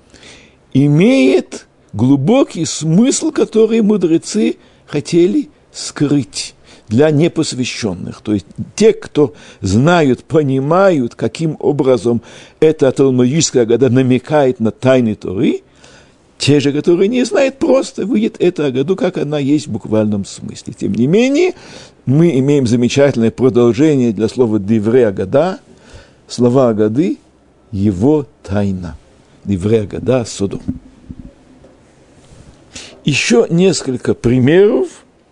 имеет глубокий смысл, который мудрецы хотели скрыть для непосвященных. То есть те, кто знают, понимают, каким образом эта талмудическая агада намекает на тайны Торы, те же, которые не знают, просто видят эту агаду, как она есть в буквальном смысле. Тем не менее, мы имеем замечательное продолжение для слова «диврей агада», слова агады – его тайна. «Диврей агада содо». Еще несколько примеров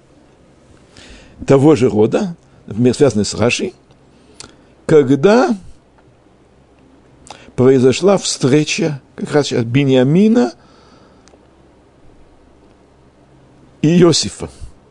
того же рода, например, связанные с Раши, когда произошла встреча как раз сейчас Биньямина и Иосифа.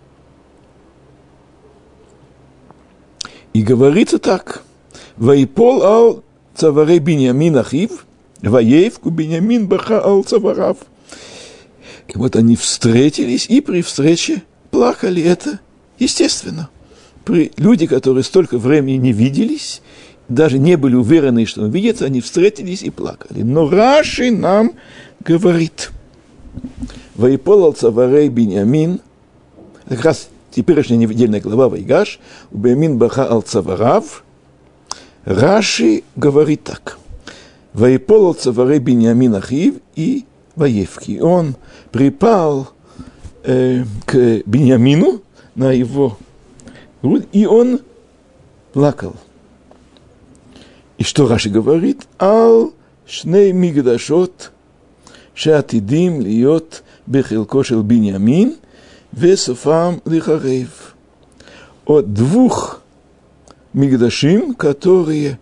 И говорится так: «Ваипол ал цаварей Биньямин ахив, ваевку Биньямин баха ал цаварав». И вот они встретились, и при встрече плакали. Это естественно. При люди, которые столько времени не виделись, даже не были уверены, что он видится, они встретились и плакали. Но Раши нам говорит: «Ваипол ал цаварей Биньямин», как раз теперешняя недельная глава Вайгаш, у Биньямин баха ал цаварав. Раши говорит так: «Ваипол ал цаварей Биньямин ахив и ваевки». Он припал э, к Биньямину на его грудь, и он плакал. И что Раши говорит? «Ал шней мигдашот шеатидим льет бехилко шел Биньямин весофам лихарев». О двух мигдашим, которые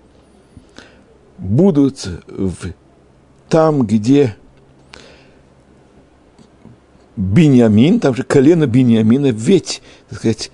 будут в, там, где Биньямин, там же колено Биньямина, ведь, так сказать,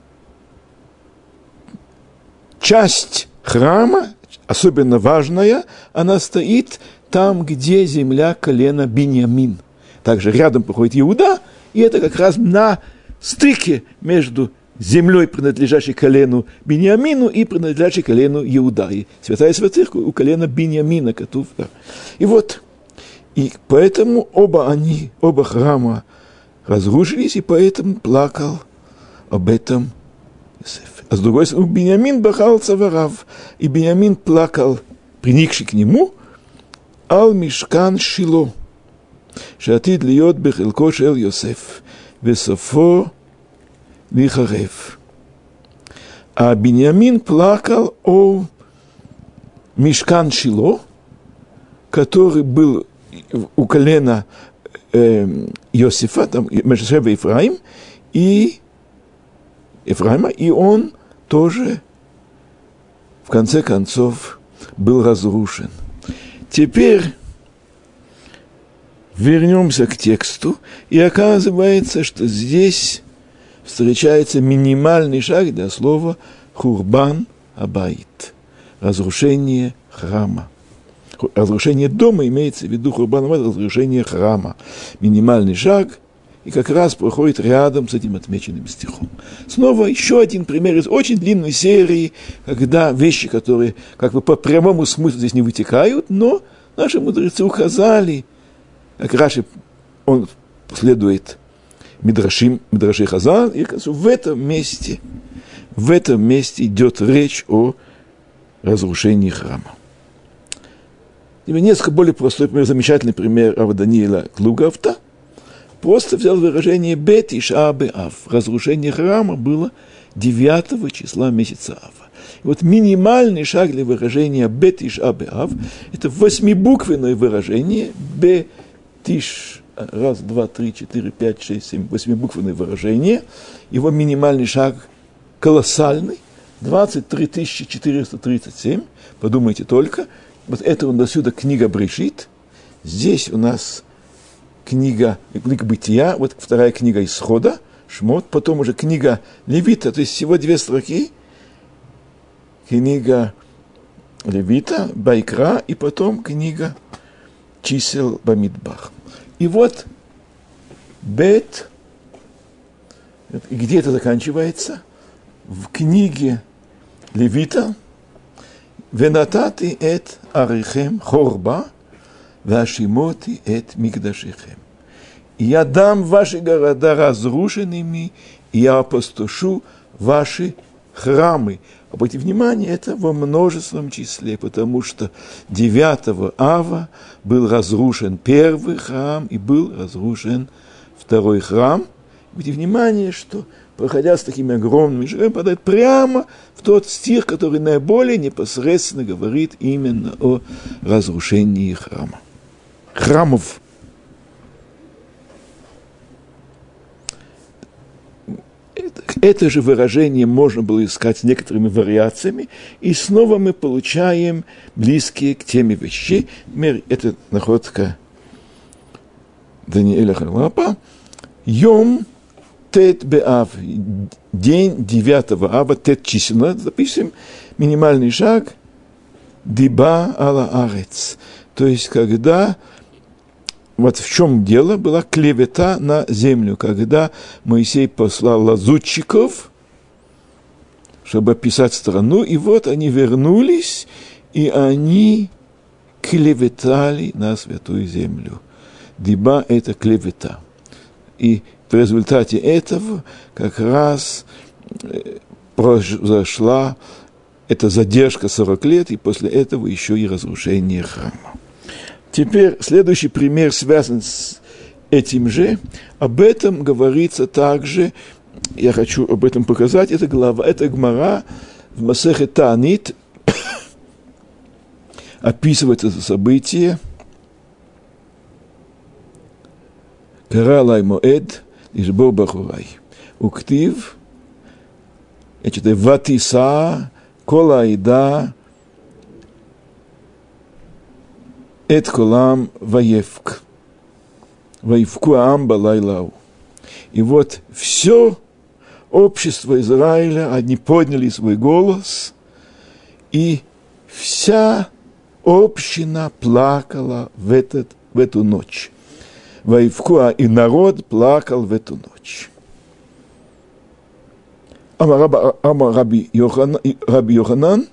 часть храма, особенно важная, она стоит там, где земля колена Биньямин. Также рядом проходит Иуда, и это как раз на стыке между землей, принадлежащей колену Биньямину, и принадлежащей колену Иуда. И святая святых у колена Биньямина, Катув, да. И вот, и поэтому оба они, оба храма разрушились, и поэтому плакал об этом Иосиф. А с другой стороны, Биньямин бахал цаварав, и Биньямин плакал, приникший к нему, ал мишкан Шило, шатид льет бехилко шел Йосеф, весофо лихарев. А Биньямин плакал о мишкан Шило, который был у колена э, Иосифа, там, Менашева Ефраим, и Ефраима, и он тоже, в конце концов, был разрушен. Теперь вернемся к тексту, и оказывается, что здесь встречается минимальный шаг для слова «хурбан абайт» – разрушение храма. Разрушение дома имеется в виду хурбан абайт – разрушение храма. Минимальный шаг, и как раз проходит рядом с этим отмеченным стихом. Снова еще один пример из очень длинной серии, когда вещи, которые как бы по прямому смыслу здесь не вытекают, но наши мудрецы указали, как Раши, он следует Мидрашим, Мидраши Хазал, и в этом месте, в этом месте идет речь о разрушении храма. И несколько более простой пример, замечательный пример Рава Даниила Клугавта. Просто взял выражение «бет иш'а бе'ав». Разрушение храма было девятого числа месяца Ава. И вот минимальный шаг для выражения «бет иш'а бе'ав» – это восьмибуквенное выражение «бе тиш». Раз, два, три, четыре, пять, шесть, семь, восьмибуквенное выражение. Его минимальный шаг колоссальный – двадцать три тысячи четыреста тридцать семь. Подумайте только. Вот это у нас сюда книга Брешит. Здесь у нас книга, книга Бытия, вот вторая книга Исхода, Шмот, потом уже книга Левита, то есть всего две строки. Книга Левита, Байкра, и потом книга Чисел Бамидбах. И вот Бет, где это заканчивается? В книге Левита «Венатати эт арихем хорба, вашимоти эт мигдашихем». И я дам ваши города разрушенными, и я опустошу ваши храмы. Обратите внимание, это во множественном числе, потому что девятого ава был разрушен первый храм, и был разрушен второй храм. Обратите внимание, что, проходя с такими огромными шагами, попадает прямо в тот стих, который наиболее непосредственно говорит именно о разрушении храма. Храмов. Это же выражение можно было искать с некоторыми вариациями, и снова мы получаем близкие к теме вещей. Например, это находка Даниэля Харлапа. Йом тет беав, день девятого ава, тет численно, запишем минимальный шаг, диба ала арец, то есть когда... Вот в чем дело, была клевета на землю, когда Моисей послал лазутчиков, чтобы описать страну, и вот они вернулись, и они клеветали на святую землю. Диба – это клевета. И в результате этого как раз произошла эта задержка сорок лет, и после этого еще и разрушение храма. Теперь следующий пример связан с этим же. Об этом говорится также, я хочу об этом показать, это глава, это Гмара в Масехе Таанит, описывает это событие. Кара лай моэд, ишбор бахурай. Уктив, значит, ватиса, кола ида, эт колам ваевк, ваевку аам балайлау. И вот все общество Израиля, они подняли свой голос, и вся община плакала в, этот, в эту ночь. Ваевку, и народ плакал в эту ночь. Ама Раби Йоханан,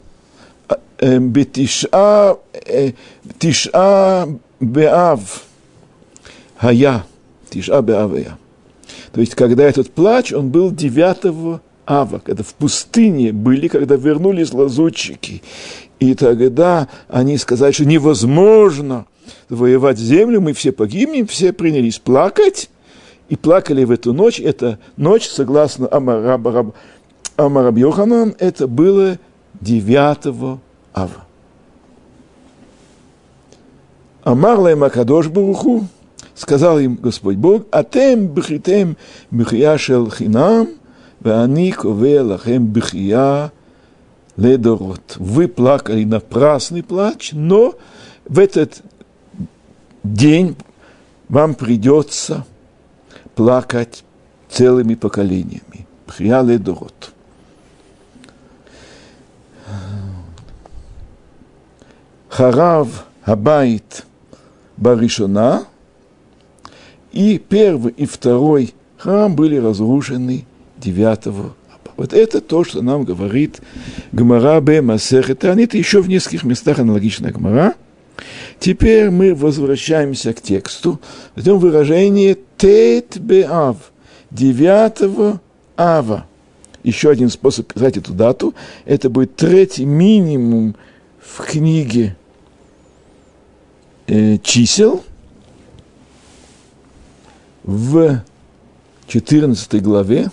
בתשעה, תשעה באב היה, תשעה באב היה. То есть, когда этот плач, он был девятого ава, когда в пустыне были, когда вернулись лазутчики. И тогда они сказали, что невозможно воевать землю, мы все погибнем, все принялись плакать, и плакали в эту ночь. Эта ночь, согласно Амар Раби Йоханан, это было девятого ава. Амар лаэм акадош баруху, сказал им Господь Бог, атем бхитем бхия шел хинам, вани кове лахем бхия ледорот. Вы плакали напрасный плач, но в этот день вам придется плакать целыми поколениями. Бхия ледорот. Харав Хабайт Баришона, и первый и второй храм были разрушены девятого. Вот это то, что нам говорит Гемара бе Масехет Таанит, еще в нескольких местах аналогичная Гемара. Теперь мы возвращаемся к тексту. Возьмем выражение Тет Беав, девятого ава. Еще один способ писать эту дату. Это будет третий минимум в книге э, чисел в четырнадцатой главе.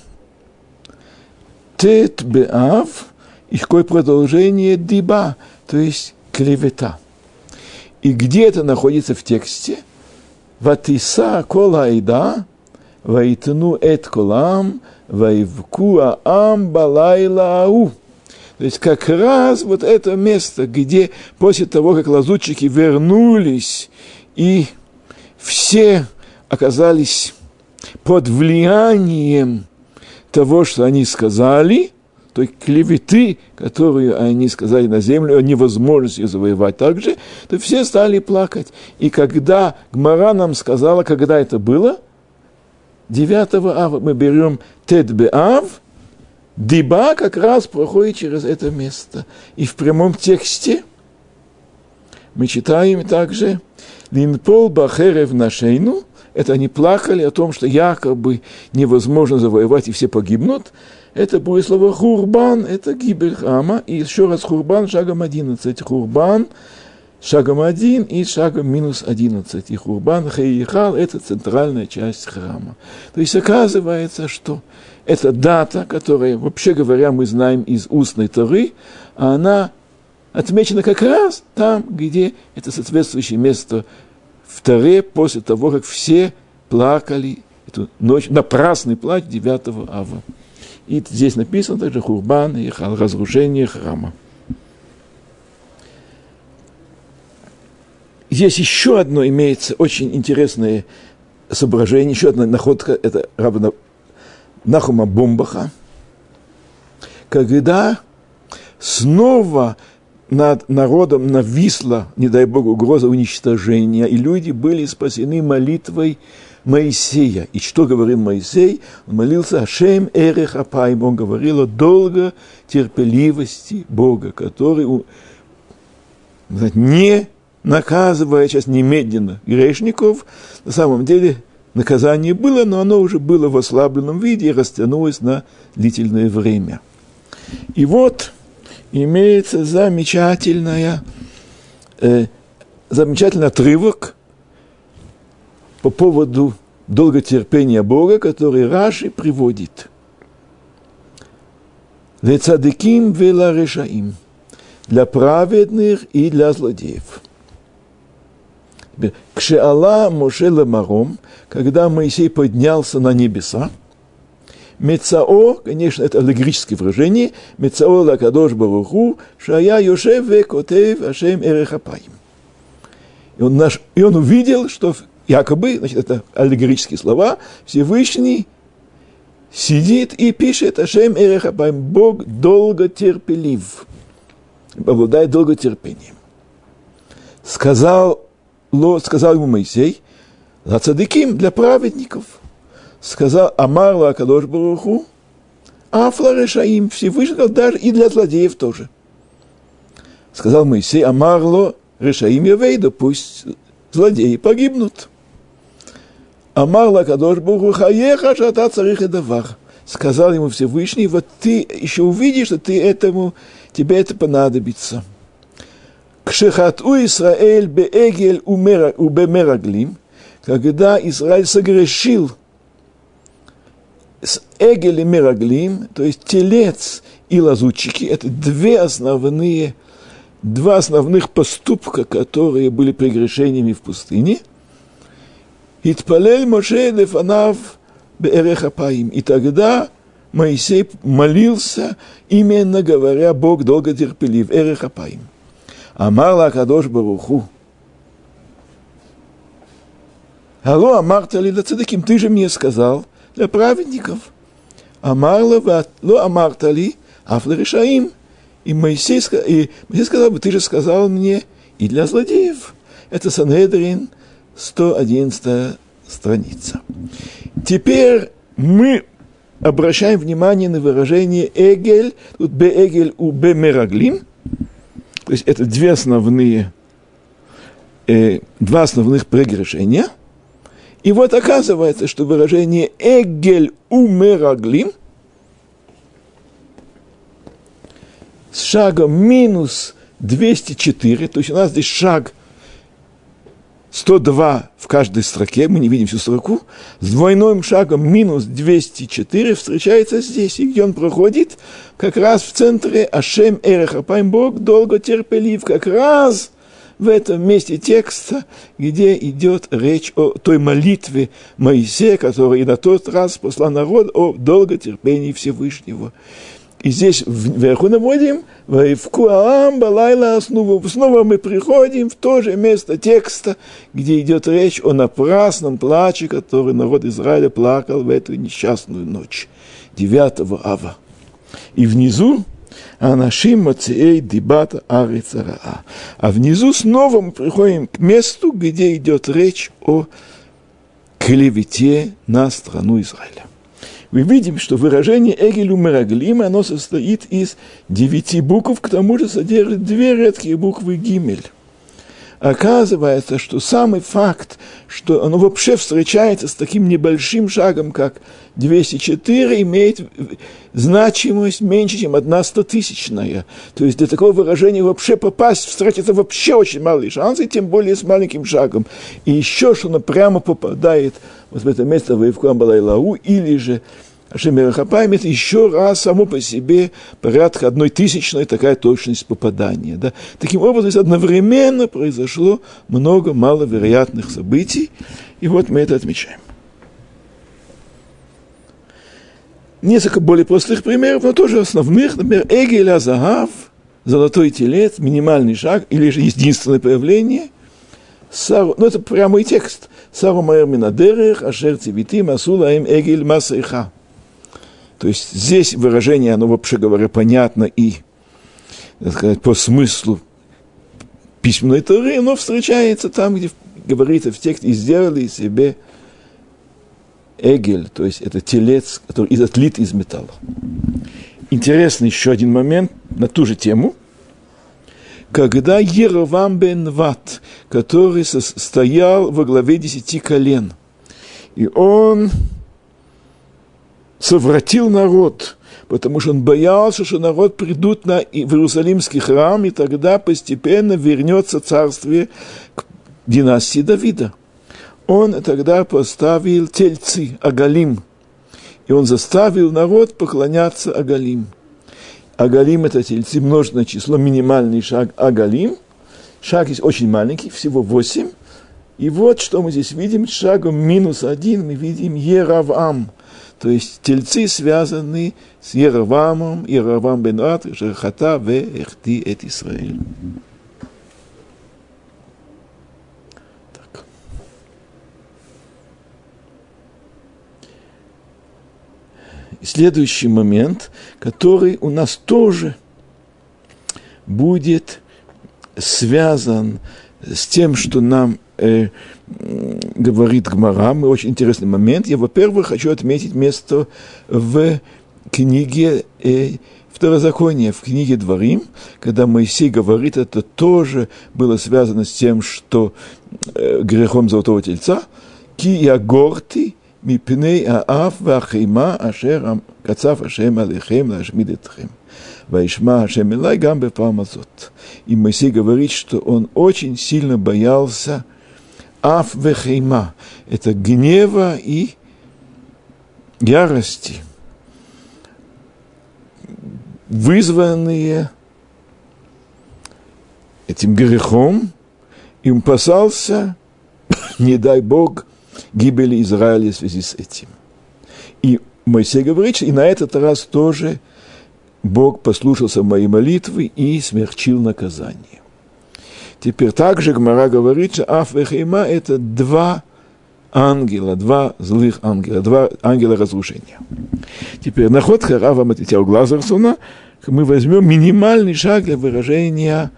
Тет Беав, и какое продолжение диба, то есть клевета. И где это находится в тексте? Ватиса кола айда, ваитну эт колам, ваивку аам балайла ау. То есть как раз вот это место, где после того, как лазутчики вернулись, и все оказались под влиянием того, что они сказали, той клеветы, которую они сказали на землю, о невозможности ее завоевать также, то все стали плакать. И когда Гмара нам сказала, когда это было, девятого ава мы берем Тет Беав, диба как раз проходит через это место. И в прямом тексте мы читаем также «Линпол бахерев нашейну», это они плакали о том, что якобы невозможно завоевать и все погибнут. Это будет слово хурбан, это гибель храма. И еще раз хурбан шагом одиннадцать. Хурбан шагом один и шагом минус одиннадцать. И хурбан хейихал – это центральная часть храма. То есть оказывается, что эта дата, которая, вообще говоря, мы знаем из устной Торы, она отмечена как раз там, где это соответствующее место в Торе, после того, как все плакали эту ночь, напрасный плач девятого ава. И здесь написано также хурбан и разрушение храма. Здесь еще одно имеется очень интересное соображение, еще одна находка, это раба Нахума Бомбаха, когда снова над народом нависла, не дай Бог, угроза уничтожения, и люди были спасены молитвой Моисея. И что говорил Моисей? Он молился Ашем эрех апаим, он говорил о долготерпеливости Бога, который не наказывая сейчас немедленно грешников, на самом деле наказание было, но оно уже было в ослабленном виде и растянулось на длительное время. И вот имеется замечательная, э, замечательный отрывок по поводу долготерпения Бога, который Раши приводит. «Лецадыким вела решаим» – для праведных и для злодеев. «Кшеала Моше ламаром» – когда Моисей поднялся на небеса. Мецао, конечно, это аллегорическое выражение, Мецао лакадош баруху, шая йошев ве котев ашем эрех апаим. И он, наш, и он увидел, что якобы, значит, это аллегорические слова, Всевышний сидит и пишет ашем эрех апаим, Бог долготерпелив, обладает долготерпением. Сказал, сказал ему Моисей, за цадыким, для праведников. Сказал Амар ла Кадош Баруху, Афла решаим, Всевышний, даже и для злодеев тоже. Сказал Моисей, Амар ло решаим явейда, пусть злодеи погибнут. Амар ла Кадош Баруху, хаеха шата царих эдавар. Сказал ему Всевышний, вот ты еще увидишь, что ты этому, тебе это понадобится. Кшехату Исраэль беэгель убемераглим, когда Израиль согрешил с эгель и мераглим, то есть телец и лазутчики, это две основные два основных поступка, которые были прегрешениями в пустыне. «Итпалель Моше лефанав беэрех апаим». И тогда Моисей молился, именно говоря, Бог долготерпелив, эрех апаим. Амар ла кадош баруху. Алло, амарта ли лацадыким, ты же мне сказал, для праведников. Амар ла ло амарта ли, аф лерешаим. И Моисей, и Моисей сказал бы, ты же сказал мне и для злодеев. Это Санхедрин, сто одиннадцатая страница. Теперь мы обращаем внимание на выражение «эгель», тут «бе-эгель» у «бе-мераглим», то есть это две основные, э, два основных прегрешения. И вот оказывается, что выражение «эгель у мераглим» с шагом минус двести четыре, то есть у нас здесь шаг сто два в каждой строке, мы не видим всю строку, с двойным шагом минус двести четыре встречается здесь, и где он проходит? Как раз в центре Ашем эрех апаим, Бог долго терпелив, как раз в этом месте текста, где идет речь о той молитве Моисея, который и на тот раз послал народ о долготерпении Всевышнего. И здесь вверху наводим, снова мы приходим в то же место текста, где идет речь о напрасном плаче, который народ Израиля плакал в эту несчастную ночь, девятого ава. И внизу Анашим Мацеэй Дибата Арицараа. А внизу снова мы приходим к месту, где идет речь о клевете на страну Израиля. Мы видим, что выражение «эгелю мераглим» оно состоит из девяти букв, к тому же содержит две редкие буквы «гимель». Оказывается, что самый факт, что оно вообще встречается с таким небольшим шагом, как двести четыре, имеет значимость меньше, чем одна стотысячная. То есть для такого выражения вообще попасть, встретится вообще очень малые шансы, тем более с маленьким шагом. И еще, что оно прямо попадает вот в это место «Ваивкуам балайлау» или же Ашем эрех апаим, это еще раз само по себе порядка одной тысячной такая точность попадания. Да? Таким образом, одновременно произошло много маловероятных событий, и вот мы это отмечаем. Несколько более простых примеров, но тоже основных. Например, «Эгель азагав», золотой телец, минимальный шаг, или же единственное появление. Сару, ну, это прямой текст. «Сару маэр минадерех, ашер цивитим, асула им эгель масейха». То есть здесь выражение, оно, вообще говоря, понятно и, так сказать, по смыслу письменной Торы, оно встречается там, где говорится в тексте «И сделали себе эгель», то есть это телец, который отлит из металла. Интересный еще один момент на ту же тему. Когда Еровам бен Неват, который стоял во главе десяти колен, и он совратил народ, потому что он боялся, что народ придут на, в Иерусалимский храм, и тогда постепенно вернется царствие к династии Давида. Он тогда поставил тельцы, Агалим, и он заставил народ поклоняться Агалим. Агалим – это тельцы, множественное число, минимальный шаг Агалим. Шаг есть очень маленький, всего восемь. И вот что мы здесь видим, шагом минус один мы видим Еравам. То есть тельцы связаны с Еравамом, Еравам бен Неват, Шерхата ве эхти эт Исраэль. Так. И следующий момент, который у нас тоже будет связан с тем, что нам э, говорит Гмара, мы очень интересный момент. Я, во-первых, хочу отметить место в книге э, Второзакония, в книге Дворим, когда Моисей говорит, это тоже было связано с тем, что э, грехом золотого тельца, «Ки ягорти мипней аав вахейма ашер кацав Ашем алейхем лашмид этхем». Ваишма Ашем элай гам бепам азот. И Моисей говорит, что он очень сильно боялся аф вехейма, это гнева и ярости, вызванные этим грехом и опасался, не дай Бог, гибели Израиля в связи с этим. И Моисей говорит, и на этот раз тоже Бог послушался моей молитвы и смягчил наказание. Теперь также Гмара говорит, что Аф и Хейма – это два ангела, два злых ангела, два ангела разрушения. Теперь находка Рава Матитяу Глазерсона, мы возьмем минимальный шаг для выражения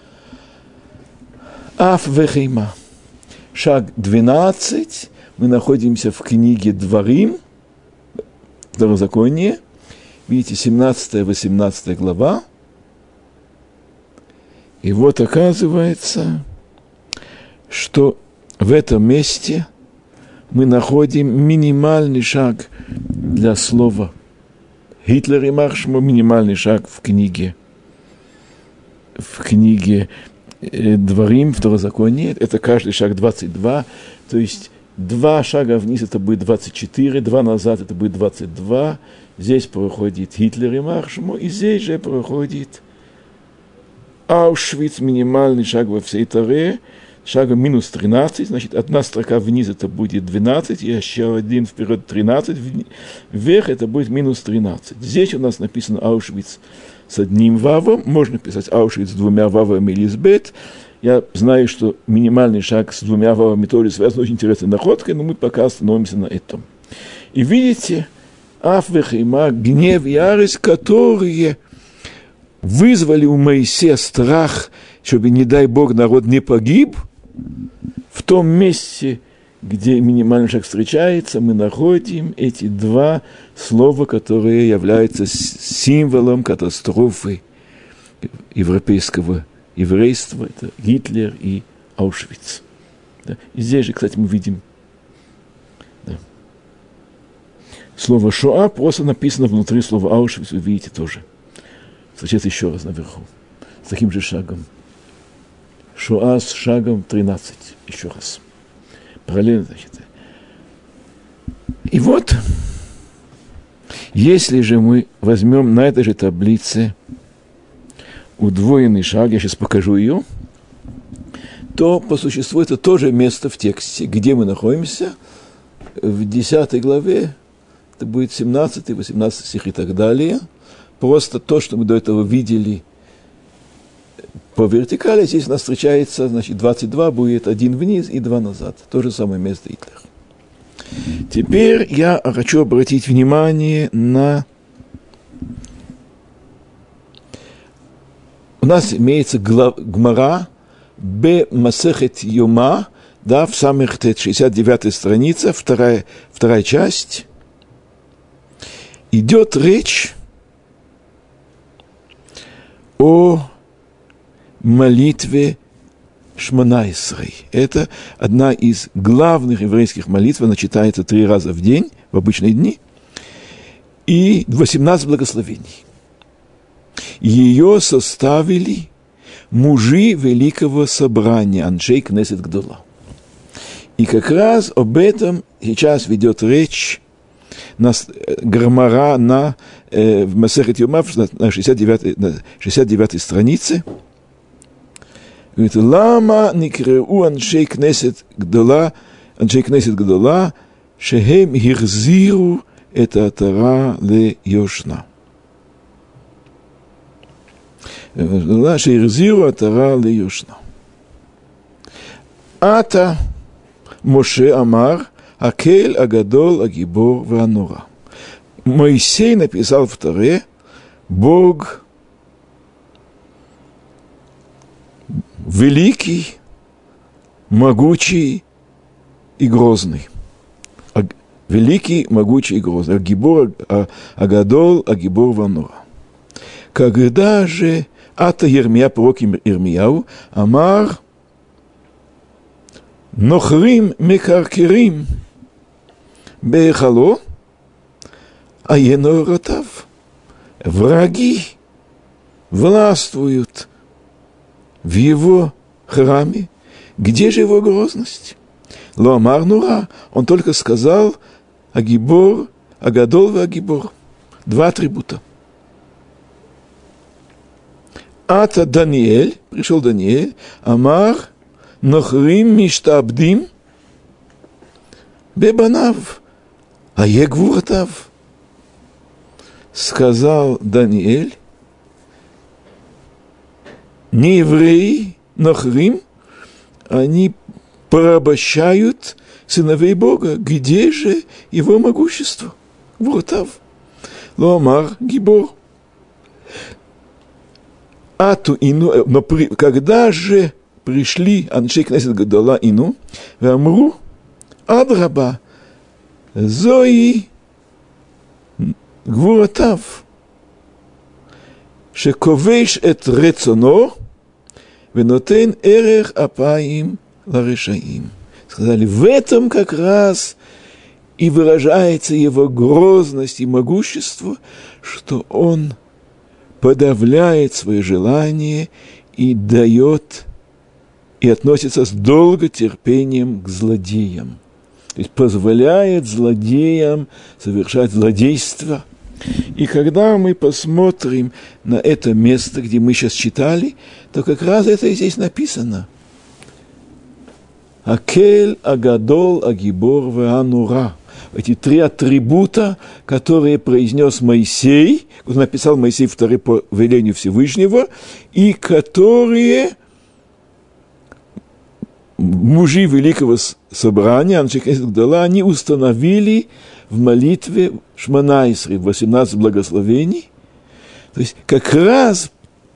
Аф и Хейма. Шаг двенадцать, мы находимся в книге Дворим, Второзаконие, видите, семнадцатая-восемнадцатая глава. И вот оказывается, что в этом месте мы находим минимальный шаг для слова Гитлер и Маршмо, минимальный шаг в книге, в книге Дворим, Второзаконие. Это каждый шаг двадцать два, то есть два шага вниз это будет двадцать четыре, два назад это будет двадцать два. Здесь проходит Гитлер и Маршмо, и здесь же проходит Аушвиц, минимальный шаг во всей Торе, шага минус тринадцать, значит, одна строка вниз это будет двенадцать, и еще один вперед тринадцать, вверх это будет минус тринадцать. Здесь у нас написано Аушвиц с одним вавом, можно писать Аушвиц с двумя вавами или с бет. Я знаю, что минимальный шаг с двумя вавами тоже связан с очень интересной находкой, но мы пока остановимся на этом. И видите, Аф и Хейма, гнев и ярость, которые вызвали у Моисея страх, чтобы, не дай Бог, народ не погиб, в том месте, где минимальный шаг встречается, мы находим эти два слова, которые являются символом катастрофы европейского еврейства. Это Гитлер и Аушвиц. Да. И здесь же, кстати, мы видим, да, слово «шоа» просто написано внутри слова «Аушвиц», вы видите тоже. Встречается еще раз наверху, с таким же шагом. Шоа с шагом тринадцать, еще раз. Параллельно, значит. И вот, если же мы возьмем на этой же таблице удвоенный шаг, я сейчас покажу ее, то по существу это тоже место в тексте, где мы находимся, в десятой главе, это будет семнадцатый, восемнадцатый стих и так далее. Просто то, что мы до этого видели по вертикали, здесь у нас встречается, значит, двадцать два будет один вниз и два назад. То же самое место Гитлер. Теперь я хочу обратить внимание на... У нас имеется глав... Гмара Б Масехет Йома, да, в самых шестьдесят девятой странице, вторая, вторая часть. Идет речь о молитве Шмонайсрей. Это одна из главных еврейских молитв, она читается три раза в день, в обычные дни, и восемнадцать благословений. Ее составили мужи Великого Собрания, Аншей Кнесет Гдола. И как раз об этом сейчас ведет речь на Гмара на э, в Масехет Йома на шестьдесят девятой странице. Говорит, лама никреу аншей кнесет гдола, аншей кнесет гдола, шехем хирзиру это атара ле йошна. Шехирзиру атара ле йошна. Ата Моше Амар Акель Агадол Агибор Ванора. Моисей написал в Торе, Бог великий, могучий и грозный. Великий, могучий и грозный. Агибор, Агадол, Агибор Ванора. Когда же Ата Ермия, пророк Ирмияу, Амар Нохрим Мекаркерим Бехало, Аено Ротав. Враги властвуют в его храме. Где же его грозность? Лоамар Нура, он только сказал Агибор, Агадол и Агибор. Два атрибута. Ата Даниэль, пришел Даниэль, Амар Нохрим Миштабдим Бебанав, а Егвуратав. Сказал Даниэль, не евреи, Нохрим, они порабощают сыновей Бога. Где же его могущество? Вуратав. Лоамар Гибор. Ату ину, но при, когда же пришли Аншей Кнесет Гадола ину, Вамру Адраба Зои Гвуратав Шековеш эт рецоно Венотен эрех апаим ларешаим. Сказали, в этом как раз и выражается его грозность и могущество, что он подавляет свое желание и дает, и относится с долготерпением к злодеям. То есть позволяет злодеям совершать злодейство. И когда мы посмотрим на это место, где мы сейчас читали, то как раз это и здесь написано. Акель, Агадол, Агибор, Веанура. Эти три атрибута, которые произнес Моисей, написал Моисей второй по велению Всевышнего, и которые мужи Великого Собрания, Аншей Кнесет Гадола, они установили в молитве Шмона Исрей, восемнадцать благословений. То есть как раз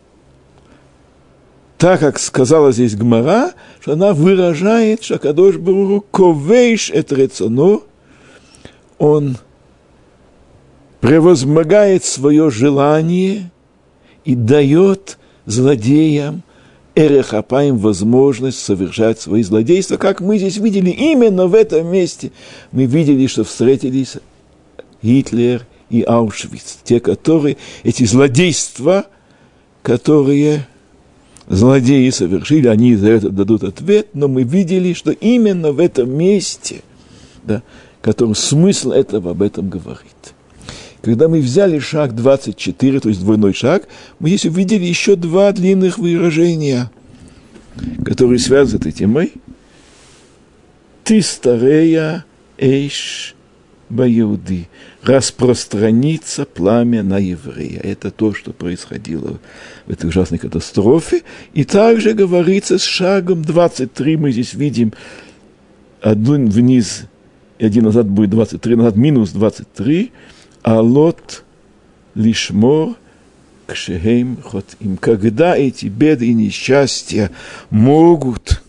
так, как сказала здесь Гмара, что она выражает, что Акадош Барух Ху ковейш эт рецоно, он превозмогает свое желание и дает злодеям эрех апаим возможность совершать свои злодейства. Как мы здесь видели, именно в этом месте мы видели, что встретились Гитлер и Аушвиц, те, которые, эти злодейства, которые злодеи совершили, они за это дадут ответ, но мы видели, что именно в этом месте, да, который смысл этого об этом говорит. Когда мы взяли шаг двадцать четыре, то есть двойной шаг, мы здесь увидели еще два длинных выражения, которые связаны с этой темой. Ты старея эйш баиуди, распространится пламя на еврея. Это то, что происходило в этой ужасной катастрофе. И также говорится с шагом двадцать три, мы здесь видим один вниз, и один назад будет двадцать три, назад минус двадцать три, алот лишмор кшехейм хотим. Когда эти беды и несчастья могут,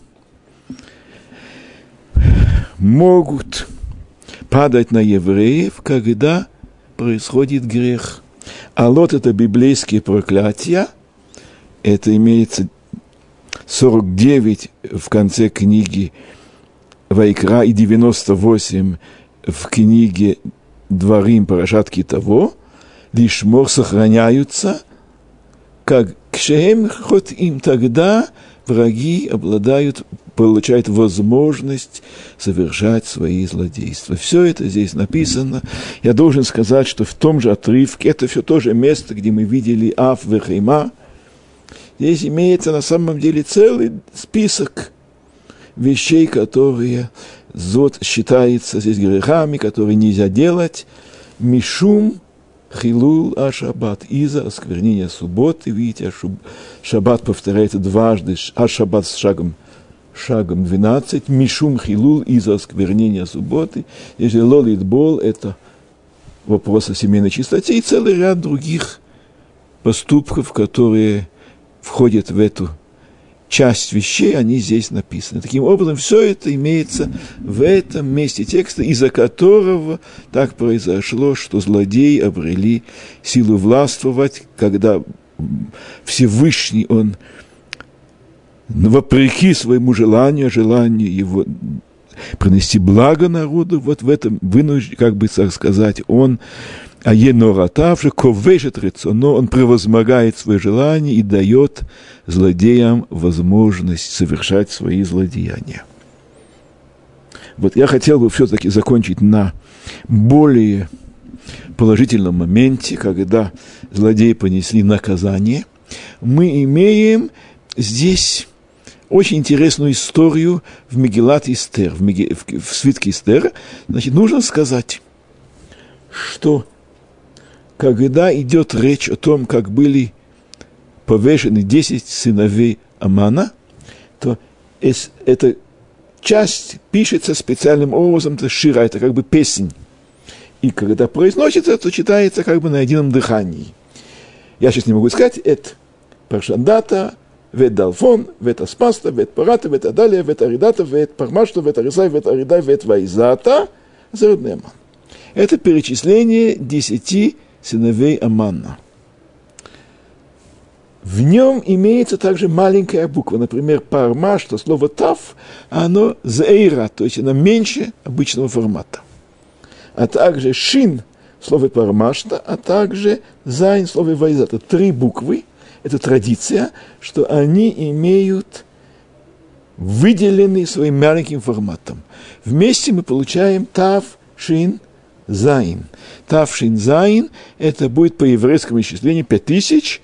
могут падать на евреев, когда происходит грех. Алот – это библейские проклятия. Это имеется сорок девять в конце книги Вайкра и девяносто восемь в книге Дворим Парашат Китово. Лишмор сохраняются, как кшеем хот им, тогда враги обладают, получают возможность совершать свои злодейства. Все это здесь написано. Я должен сказать, что в том же отрывке, это все то же место, где мы видели Аф вехейма, здесь имеется на самом деле целый список вещей, которые зод считается здесь грехами, которые нельзя делать. Мишум хилул а-шаббат, из-за осквернения субботы. Видите, шаббат повторяется дважды, а-шаббат с шагом, шагом двенадцать. Мишум хилул, из-за осквернения субботы. Если лолит бол, это вопрос о семейной чистоте и целый ряд других поступков, которые входят в эту часть вещей, они здесь написаны. Таким образом, все это имеется в этом месте текста, из-за которого так произошло, что злодеи обрели силу властвовать, когда Всевышний, он, вопреки своему желанию, желанию его принести благо народу, вот в этом вынужден, как бы так сказать, он а еноратавши ковешет рецоно, он превозмогает свое желание и дает злодеям возможность совершать свои злодеяния. Вот я хотел бы все-таки закончить на более положительном моменте, когда злодеи понесли наказание. мы имеем здесь очень интересную историю в Мегилат Эстер, в, Меги... в свитке Эстер. Значит, нужно сказать, что когда идет речь о том, как были повешены десять сыновей Амана, то эта часть пишется специальным образом, это шира, это как бы песнь. И когда произносится, то читается как бы на едином дыхании. Я сейчас не могу сказать, это Паршандата, вет Далфон, вет Аспаста, вет Парата, вет Адалия, вет Аридата, вет Пармашта, вет Арисай, вет Аридай, вет Вайзата. Это перечисление десяти сыновей Амана. В нем имеется также маленькая буква, например, Пармаш, что слово Тав, оно зейра, то есть оно меньше обычного формата. А также Шин, слово Пармашта, а также Зайн, слово Вайзата. Три буквы. Это традиция, что они имеют выделенный своим маленьким форматом. Вместе мы получаем Тав, Шин, Зайн. Тав, Шин, Зайн, это будет по еврейскому исчислению пять тысяч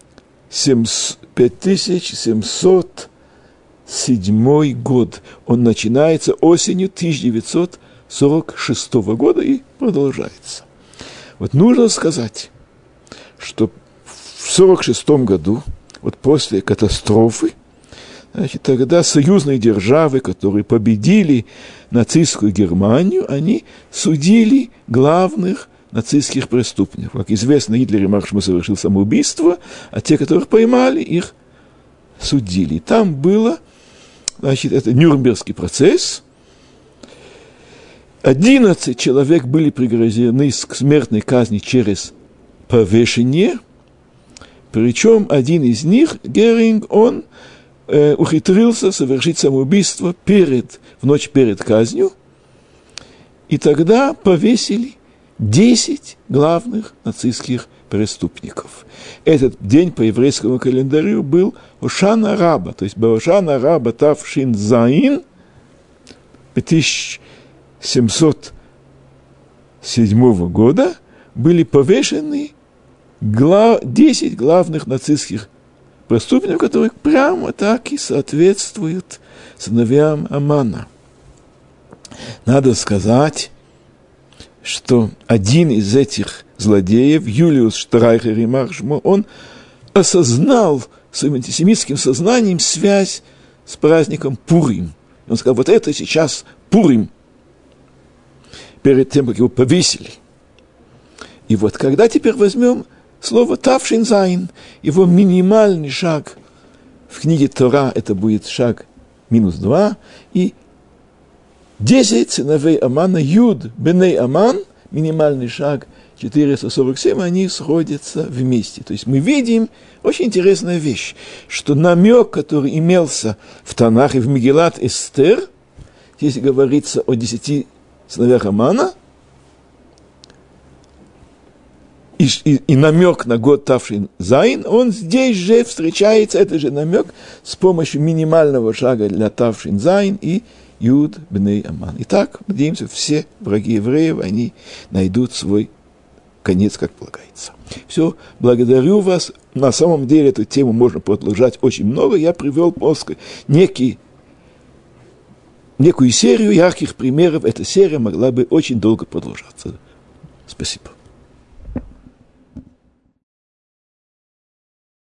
семьсот седьмой год. Он начинается осенью тысяча девятьсот сорок шестого года и продолжается. Вот нужно сказать, что в сорок шестом году, вот после катастрофы, значит, тогда союзные державы, которые победили нацистскую Германию, они судили главных нацистских преступников. Как известно, Гитлер и Маршман совершил самоубийство, а те, которых поймали, их судили. И там было, значит, это Нюрнбергский процесс. одиннадцать человек были приговорены к смертной казни через повешение. Причем один из них, Геринг, он э, ухитрился совершить самоубийство перед, в ночь перед казнью. И тогда повесили десять главных нацистских преступников. Этот день по еврейскому календарю был Ошана Раба, то есть Ошана Раба Тавшин Заин, тысяча семьсот седьмого года были повешены десять главных нацистских преступников, которые прямо так и соответствуют сыновьям Амана. Надо сказать, что один из этих злодеев, Юлиус Штрайхер и Маршмо, он осознал своим антисемитским сознанием связь с праздником Пурим. Он сказал, вот это сейчас Пурим, перед тем, как его повесили. И вот когда теперь возьмем слово Тавшин Зайн, его минимальный шаг в книге Тора, это будет шаг минус два, и десять сыновей Амана, Юд, Беней Аман, минимальный шаг четыреста сорок семь, они сходятся вместе. То есть мы видим очень интересная вещь, что намек, который имелся в Танах и в Мегилат Эстер, здесь говорится о десяти сыновьях Амана, И, и, и намек на год Тавшин Зайн, он здесь же встречается, это же намек, с помощью минимального шага для Тавшин Зайн и Юд Бней Аман. Итак, надеемся, все враги евреев, они найдут свой конец, как полагается. Все, благодарю вас. На самом деле эту тему можно продолжать очень много. Я привел просто некий, некую серию ярких примеров. Эта серия могла бы очень долго продолжаться. Спасибо.